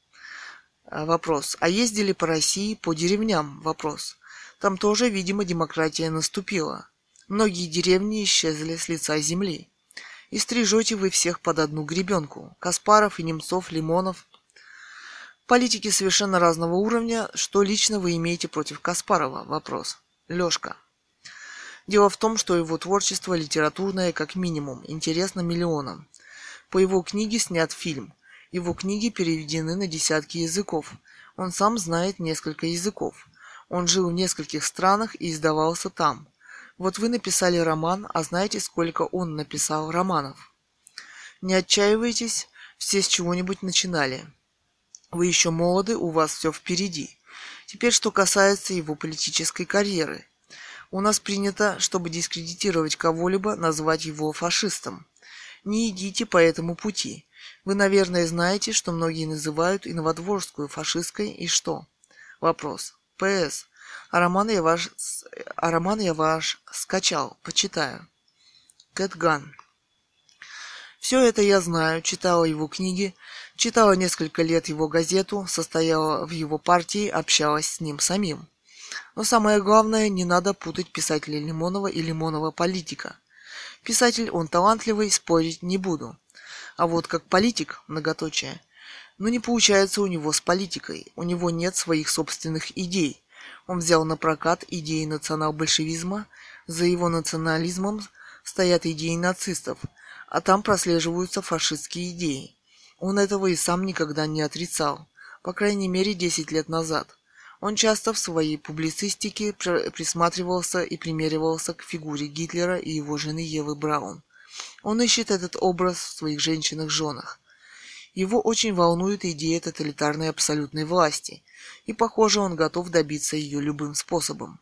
Вопрос. А ездили по России, по деревням? Вопрос. Там тоже, видимо, демократия наступила. Многие деревни исчезли с лица земли. И стрижете вы всех под одну гребенку. Каспаров и Немцов, Лимонов. Политики совершенно разного уровня. Что лично вы имеете против Каспарова? Вопрос. Лёшка. Дело в том, что его творчество литературное, как минимум, интересно миллионам. По его книге снят фильм. Его книги переведены на десятки языков. Он сам знает несколько языков. Он жил в нескольких странах и издавался там. Вот вы написали роман, а знаете, сколько он написал романов? Не отчаивайтесь, все с чего-нибудь начинали. Вы еще молоды, у вас все впереди. Теперь, что касается его политической карьеры. У нас принято, чтобы дискредитировать кого-либо, назвать его фашистом. Не идите по этому пути. Вы, наверное, знаете, что многие называют и Новодворскую фашисткой, и что? Вопрос. ПС. А роман я ваш, а роман я ваш скачал, почитаю. Кэтган. Все это я знаю, читала его книги, читала несколько лет его газету, состояла в его партии, общалась с ним самим. Но самое главное, не надо путать писателя Лимонова и Лимонова политика. Писатель, он талантливый, спорить не буду. А вот как политик, многоточие, ну не получается у него с политикой. У него нет своих собственных идей. Он взял на прокат идеи национал-большевизма, за его национализмом стоят идеи нацистов, а там прослеживаются фашистские идеи. Он этого и сам никогда не отрицал, по крайней мере десять лет назад. Он часто в своей публицистике присматривался и примеривался к фигуре Гитлера и его жены Евы Браун. Он ищет этот образ в своих женщинах-женах. Его очень волнует идея тоталитарной абсолютной власти, и, похоже, он готов добиться ее любым способом.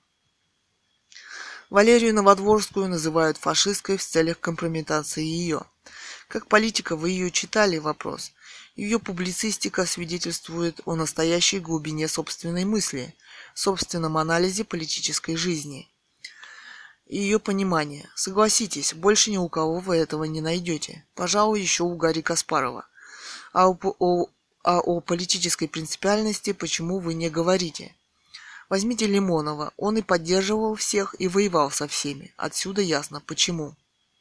Валерию Новодворскую называют фашисткой в целях компрометации ее. Как политика вы ее читали? Вопрос. Ее публицистика свидетельствует о настоящей глубине собственной мысли, собственном анализе политической жизни и ее понимания. Согласитесь, больше ни у кого вы этого не найдете. Пожалуй, еще у Гарри Каспарова. А о, о, а о политической принципиальности почему вы не говорите? Возьмите Лимонова. Он и поддерживал всех, и воевал со всеми. Отсюда ясно, почему.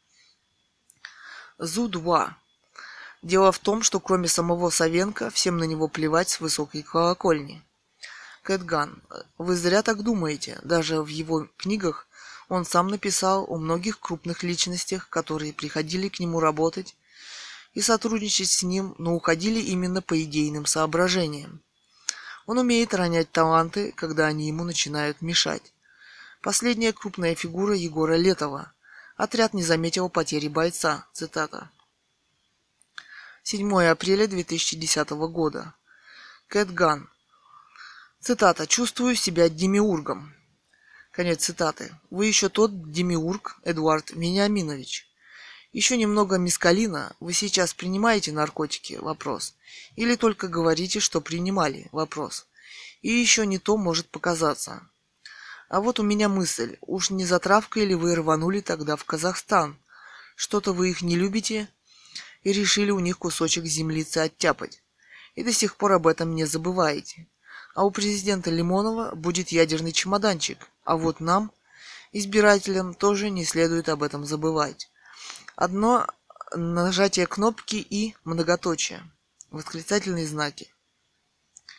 Зу-два. Дело в том, что кроме самого Савенко, всем на него плевать с высокой колокольни. Кэтган. Вы зря так думаете. Даже в его книгах он сам написал о многих крупных личностях, которые приходили к нему работать и сотрудничать с ним, но уходили именно по идейным соображениям. Он умеет ронять таланты, когда они ему начинают мешать. Последняя крупная фигура Егора Летова. Отряд не заметил потери бойца. Цитата. седьмое апреля две тысячи десятого года. Кэтган. Цитата. «Чувствую себя демиургом». Конец цитаты. Вы еще тот демиург, Эдуард Вениаминович. Еще немного мескалина. Вы сейчас принимаете наркотики? Вопрос. Или только говорите, что принимали? Вопрос. И еще не то может показаться. А вот у меня мысль. Уж не за травкой ли вы рванули тогда в Казахстан? Что-то вы их не любите? И решили у них кусочек землицы оттяпать. И до сих пор об этом не забываете. А у президента Лимонова будет ядерный чемоданчик. А вот нам, избирателям, тоже не следует об этом забывать. Одно нажатие кнопки и многоточие. Восклицательные знаки.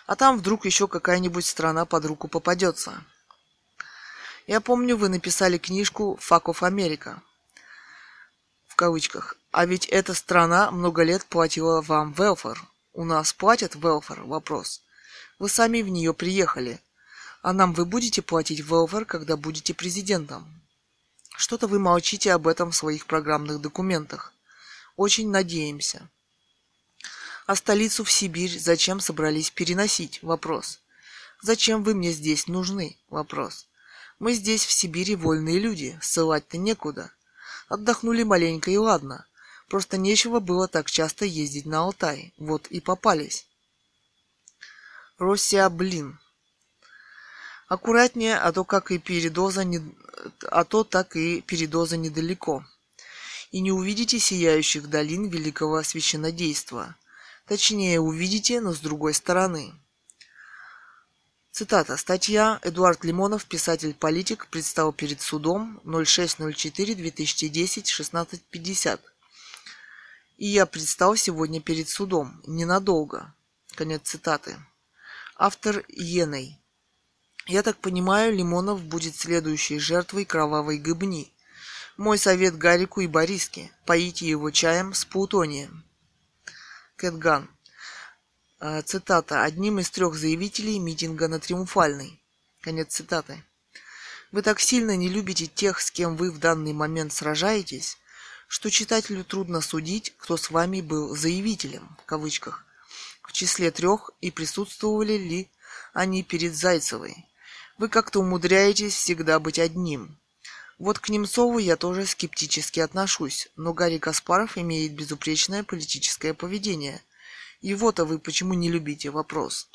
А там вдруг еще какая-нибудь страна под руку попадется. Я помню, вы написали книжку «Fuck of America», в кавычках. А ведь эта страна много лет платила вам welfare. У нас платят welfare? Вопрос. Вы сами в нее приехали. А нам вы будете платить welfare, когда будете президентом? Что-то вы молчите об этом в своих программных документах. Очень надеемся. А столицу в Сибирь зачем собрались переносить? Вопрос. Зачем вы мне здесь нужны? Вопрос. Мы здесь в Сибири вольные люди, ссылать-то некуда. Отдохнули маленько и ладно. Просто нечего было так часто ездить на Алтай. Вот и попались. Россия, блин. Аккуратнее, а то как и передоза не... а то так и передоза недалеко. И не увидите сияющих долин великого священнодейства. Точнее, увидите, но с другой стороны. Цитата. Статья. Эдуард Лимонов, писатель-политик, предстал перед судом ноль шесть ноль четыре две тысячи десять шестнадцать пятьдесят. И я предстал сегодня перед судом. Ненадолго. Конец цитаты. Автор Еней. Я так понимаю, Лимонов будет следующей жертвой кровавой гыбни. Мой совет Гарику и Бориске. Поите его чаем с плутонием. Кэтган. Цитата. Одним из трех заявителей митинга на Триумфальной. Конец цитаты. Вы так сильно не любите тех, с кем вы в данный момент сражаетесь, что читателю трудно судить, кто с вами был заявителем, в кавычках, в числе трех, и присутствовали ли они перед Зайцевой. Вы как-то умудряетесь всегда быть одним. Вот к Немцову я тоже скептически отношусь, но Гарри Каспаров имеет безупречное политическое поведение. Его-то вы почему не любите? Вопрос.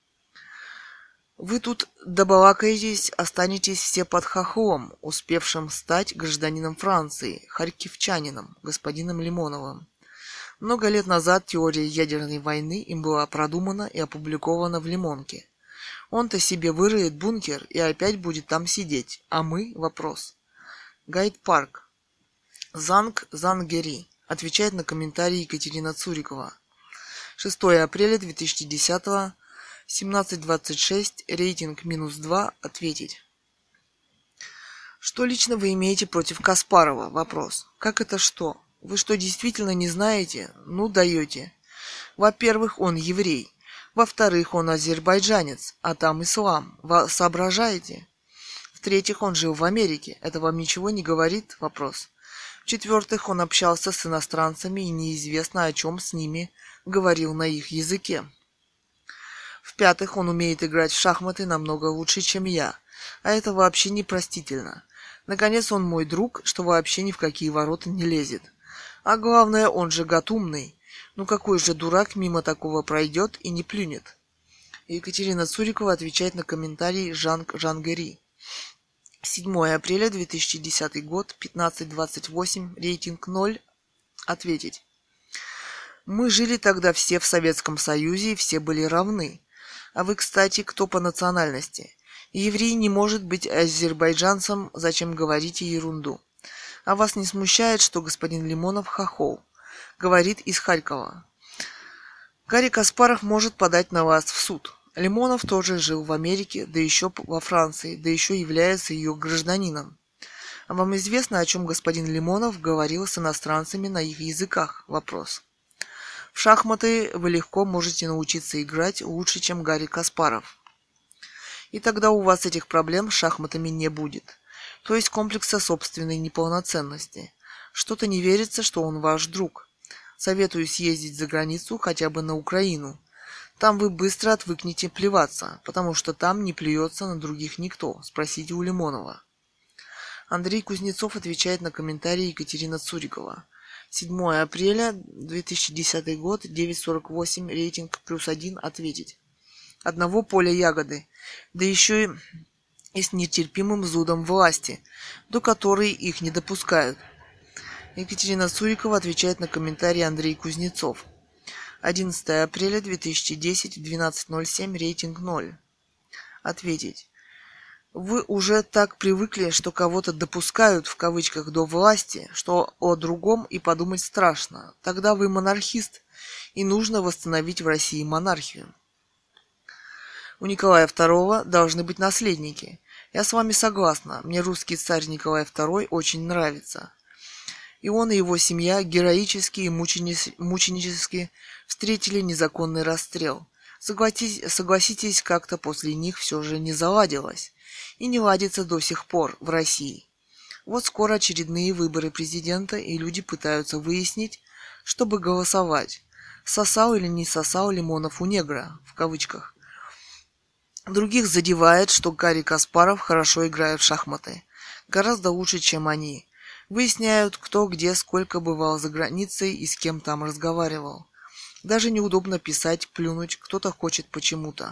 Вы тут добалакаетесь, останетесь все под хохлом, успевшим стать гражданином Франции, харьковчанином, господином Лимоновым. Много лет назад теория ядерной войны им была продумана и опубликована в Лимонке. Он-то себе выроет бункер и опять будет там сидеть. А мы? Вопрос. Гайд Парк. Занг Зангери. Отвечает на комментарий Екатерина Цурикова. шестое апреля две тысячи десятого. семнадцать двадцать шесть. Рейтинг минус два. Ответить. Что лично вы имеете против Каспарова? Вопрос. Как это что? Вы что, действительно не знаете? Ну, даете. Во-первых, он еврей. Во-вторых, он азербайджанец, а там ислам. Вы соображаете? В-третьих, он жил в Америке. Это вам ничего не говорит? Вопрос. В-четвертых, он общался с иностранцами и неизвестно, о чем с ними говорил на их языке. В-пятых, он умеет играть в шахматы намного лучше, чем я. А это вообще непростительно. Наконец, он мой друг, что вообще ни в какие ворота не лезет. А главное, он же гад умный. Ну какой же дурак мимо такого пройдет и не плюнет? Екатерина Цурикова отвечает на комментарий Жанг Жангери. седьмое апреля две тысячи десятый год, пятнадцать двадцать восемь, рейтинг ноль. Ответить. Мы жили тогда все в Советском Союзе и все были равны. А вы, кстати, кто по национальности? Еврей не может быть азербайджанцем, зачем говорите ерунду? А вас не смущает, что господин Лимонов хохол? Говорит из Харькова. Гарри Каспаров может подать на вас в суд. Лимонов тоже жил в Америке, да еще во Франции, да еще является ее гражданином. А вам известно, о чем господин Лимонов говорил с иностранцами на их языках? Вопрос. В шахматы вы легко можете научиться играть лучше, чем Гарри Каспаров. И тогда у вас этих проблем с шахматами не будет. То есть комплекса собственной неполноценности. Что-то не верится, что он ваш друг. Советую съездить за границу, хотя бы на Украину. Там вы быстро отвыкнете плеваться, потому что там не плюется на других никто. Спросите у Лимонова. Андрей Кузнецов отвечает на комментарий Екатерина Цурикова. седьмое апреля две тысячи десятый год, девять сорок восемь, рейтинг плюс один. Ответить. Одного поля ягоды, да еще и с нетерпимым зудом власти, до которой их не допускают. Екатерина Цурикова отвечает на комментарий Андрей Кузнецов. одиннадцатое апреля две тысячи десятый, двенадцать ноль семь, рейтинг ноль. Ответить. Вы уже так привыкли, что кого-то допускают, в кавычках, до власти, что о другом и подумать страшно. Тогда вы монархист, и нужно восстановить в России монархию. У Николая второго должны быть наследники. Я с вами согласна, мне русский царь Николай второй очень нравится. И он и его семья героически и мученически встретили незаконный расстрел. Согласитесь, согласитесь, как-то после них все же не заладилось. И не ладится до сих пор в России. Вот скоро очередные выборы президента, и люди пытаются выяснить, чтобы голосовать. Сосал или не сосал лимонов у негра, в кавычках. Других задевает, что Гарри Каспаров хорошо играет в шахматы. Гораздо лучше, чем они. Выясняют, кто где сколько бывал за границей и с кем там разговаривал. Даже неудобно писать, плюнуть, кто-то хочет почему-то.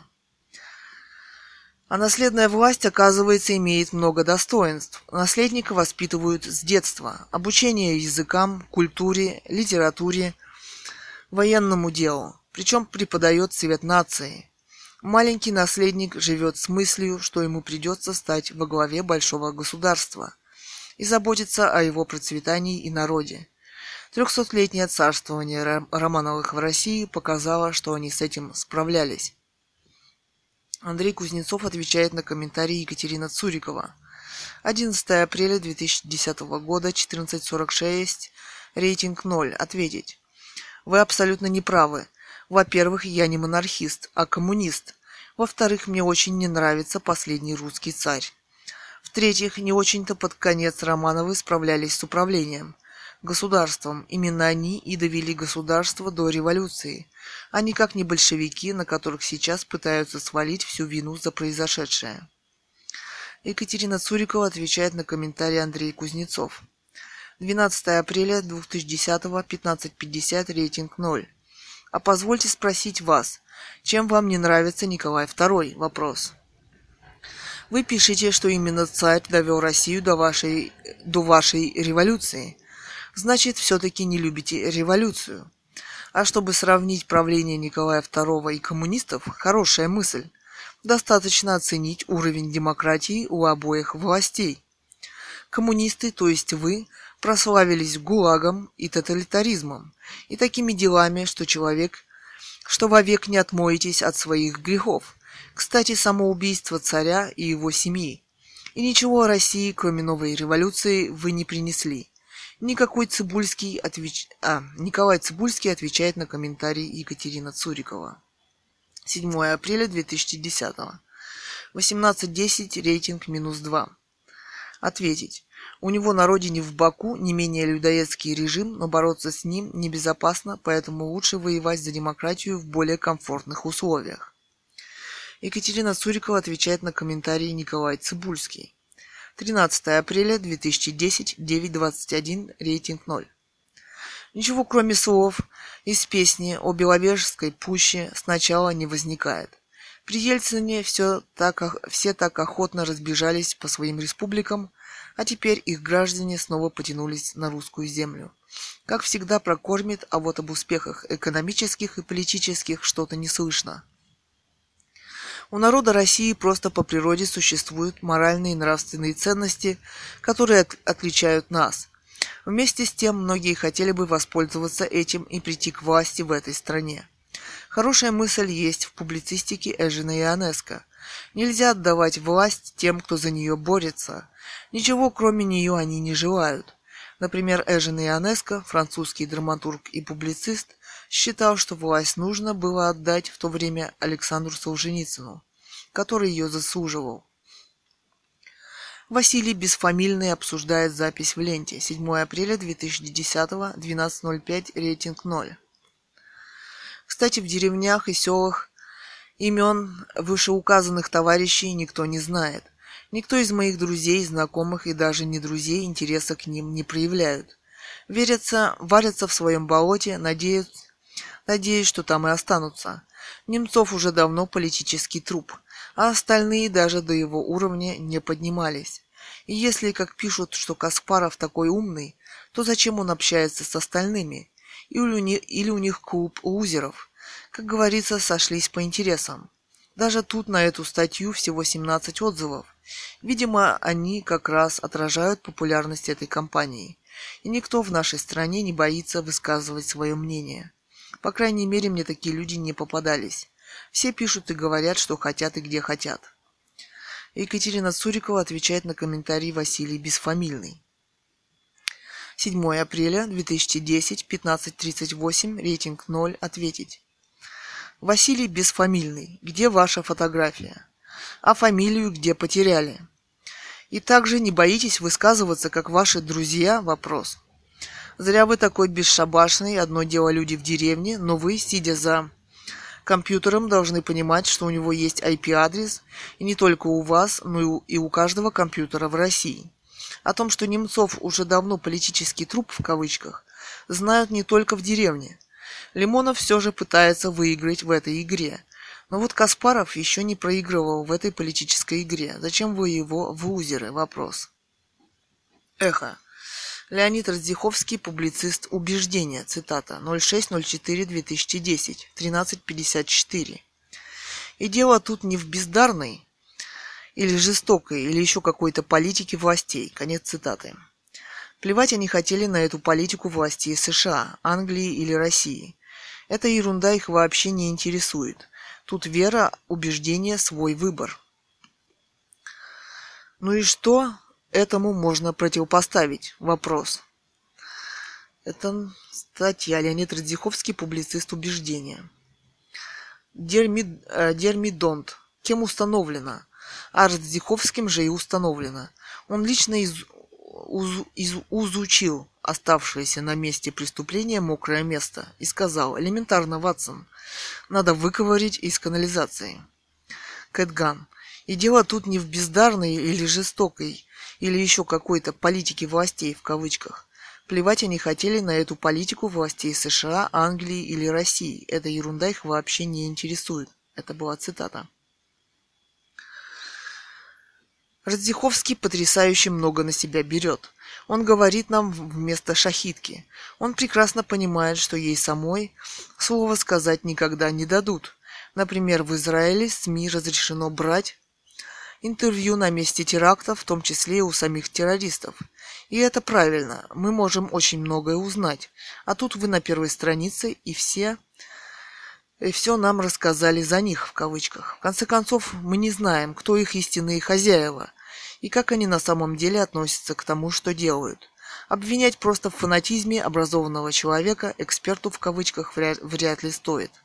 А наследная власть, оказывается, имеет много достоинств. Наследника воспитывают с детства. Обучение языкам, культуре, литературе, военному делу. Причем преподает цвет нации. Маленький наследник живет с мыслью, что ему придется стать во главе большого государства и заботиться о его процветании и народе. Трехсотлетнее царствование Романовых в России показало, что они с этим справлялись. Андрей Кузнецов отвечает на комментарий Екатерина Цурикова. одиннадцатое апреля две тысячи десятого года, четырнадцать сорок шесть, рейтинг ноль. Ответить. Вы абсолютно не правы. Во-первых, я не монархист, а коммунист. Во-вторых, мне очень не нравится последний русский царь. В-третьих, не очень-то под конец Романовы справлялись с управлением государством. Именно они и довели государство до революции, а никак не большевики, на которых сейчас пытаются свалить всю вину за произошедшее. Екатерина Цурикова отвечает на комментарий Андрей Кузнецов. двенадцатое апреля две тысячи десятого, пятнадцать пятьдесят, рейтинг ноль. А позвольте спросить вас, чем вам не нравится Николай второй? Вопрос. Вы пишете, что именно царь довел Россию до вашей, до вашей революции. Значит, все-таки не любите революцию. А чтобы сравнить правление Николая второго и коммунистов, хорошая мысль. Достаточно оценить уровень демократии у обоих властей. Коммунисты, то есть вы, прославились ГУЛАГом и тоталитаризмом, и такими делами, что человек, что вовек не отмоетесь от своих грехов. Кстати, самоубийство царя и его семьи. И ничего о России, кроме новой революции, вы не принесли. Никакой Цыбульский отвеч... а, Николай Цыбульский отвечает на комментарий Екатерина Цурикова. седьмое апреля две тысячи десятого. восемнадцать десять, рейтинг минус два. Ответить. У него на родине в Баку не менее людоедский режим, но бороться с ним небезопасно, поэтому лучше воевать за демократию в более комфортных условиях. Екатерина Цурикова отвечает на комментарий Николай Цыбульский. тринадцатое апреля две тысячи десятого, девять двадцать один, рейтинг ноль. Ничего кроме слов из песни о Беловежской пуще сначала не возникает. При Ельцине все так, все так охотно разбежались по своим республикам, а теперь их граждане снова потянулись на русскую землю. Как всегда прокормит, а вот об успехах экономических и политических что-то не слышно. У народа России просто по природе существуют моральные и нравственные ценности, которые от- отличают нас. Вместе с тем, многие хотели бы воспользоваться этим и прийти к власти в этой стране. Хорошая мысль есть в публицистике Эжена Ионеско. Нельзя отдавать власть тем, кто за нее борется. Ничего кроме нее они не желают. Например, Эжен Ионеско, французский драматург и публицист, считал, что власть нужно было отдать в то время Александру Солженицыну, который ее заслуживал. Василий Бесфамильный обсуждает запись в ленте. седьмое апреля две тысячи десятого, двенадцать ноль пять, рейтинг ноль. Кстати, в деревнях и селах имен вышеуказанных товарищей никто не знает. Никто из моих друзей, знакомых и даже не друзей интереса к ним не проявляют. Верятся, варятся в своем болоте, надеют, надеясь, что там и останутся. Немцов уже давно политический труп, а остальные даже до его уровня не поднимались. И если, как пишут, что Каспаров такой умный, то зачем он общается с остальными? Или у них, или у них клуб лузеров? Как говорится, сошлись по интересам. Даже тут на эту статью всего семнадцать отзывов. Видимо, они как раз отражают популярность этой компании. И никто в нашей стране не боится высказывать свое мнение. По крайней мере, мне такие люди не попадались. Все пишут и говорят, что хотят и где хотят. Екатерина Цурикова отвечает на комментарий Василий Бесфамильный. седьмое апреля две тысячи десятого, пятнадцать тридцать восемь, рейтинг ноль, ответить. Василий Бесфамильный, где ваша фотография? А фамилию где потеряли? И также не боитесь высказываться, как ваши друзья? Вопрос. Зря вы такой бесшабашный, одно дело люди в деревне, но вы, сидя за компьютером, должны понимать, что у него есть ай пи-адрес, и не только у вас, но и у каждого компьютера в России. О том, что Немцов уже давно политический труп в кавычках, знают не только в деревне. Лимонов все же пытается выиграть в этой игре. Но вот Каспаров еще не проигрывал в этой политической игре. Зачем вы его в лузеры? Вопрос. Эхо. Леонид Радзиховский, публицист «Убеждения», цитата, ноль шесть ноль четыре две тысячи десятого, тринадцать пятьдесят четыре. И дело тут не в бездарной или жестокой, или еще какой-то политике властей. Конец цитаты. Плевать они хотели на эту политику властей США, Англии или России. Эта ерунда их вообще не интересует. Тут вера, убеждение, свой выбор. Ну и что этому можно противопоставить? Вопрос. Это статья Леонид Радзиховский, публицист «Убеждения». Дермидонт. Кем установлено? А Радзиховским же и установлено. Он лично из, уз, из, изучил оставшееся на месте преступления мокрое место и сказал: элементарно, Ватсон, надо выковырять из канализации. Кэтган. И дело тут не в бездарной или жестокой, или еще какой-то политике властей в кавычках. Плевать они хотели на эту политику властей США, Англии или России. Эта ерунда их вообще не интересует. Это была цитата. Радзиховский потрясающе много на себя берет. Он говорит нам вместо шахидки. Он прекрасно понимает, что ей самой слова сказать никогда не дадут. Например, в Израиле СМИ разрешено брать интервью на месте теракта, в том числе и у самих террористов. И это правильно. Мы можем очень многое узнать. А тут вы на первой странице, и все... И все нам рассказали за них, в кавычках. В конце концов, мы не знаем, кто их истинные хозяева, и как они на самом деле относятся к тому, что делают. Обвинять просто в фанатизме образованного человека эксперту в кавычках вряд, вряд ли стоит.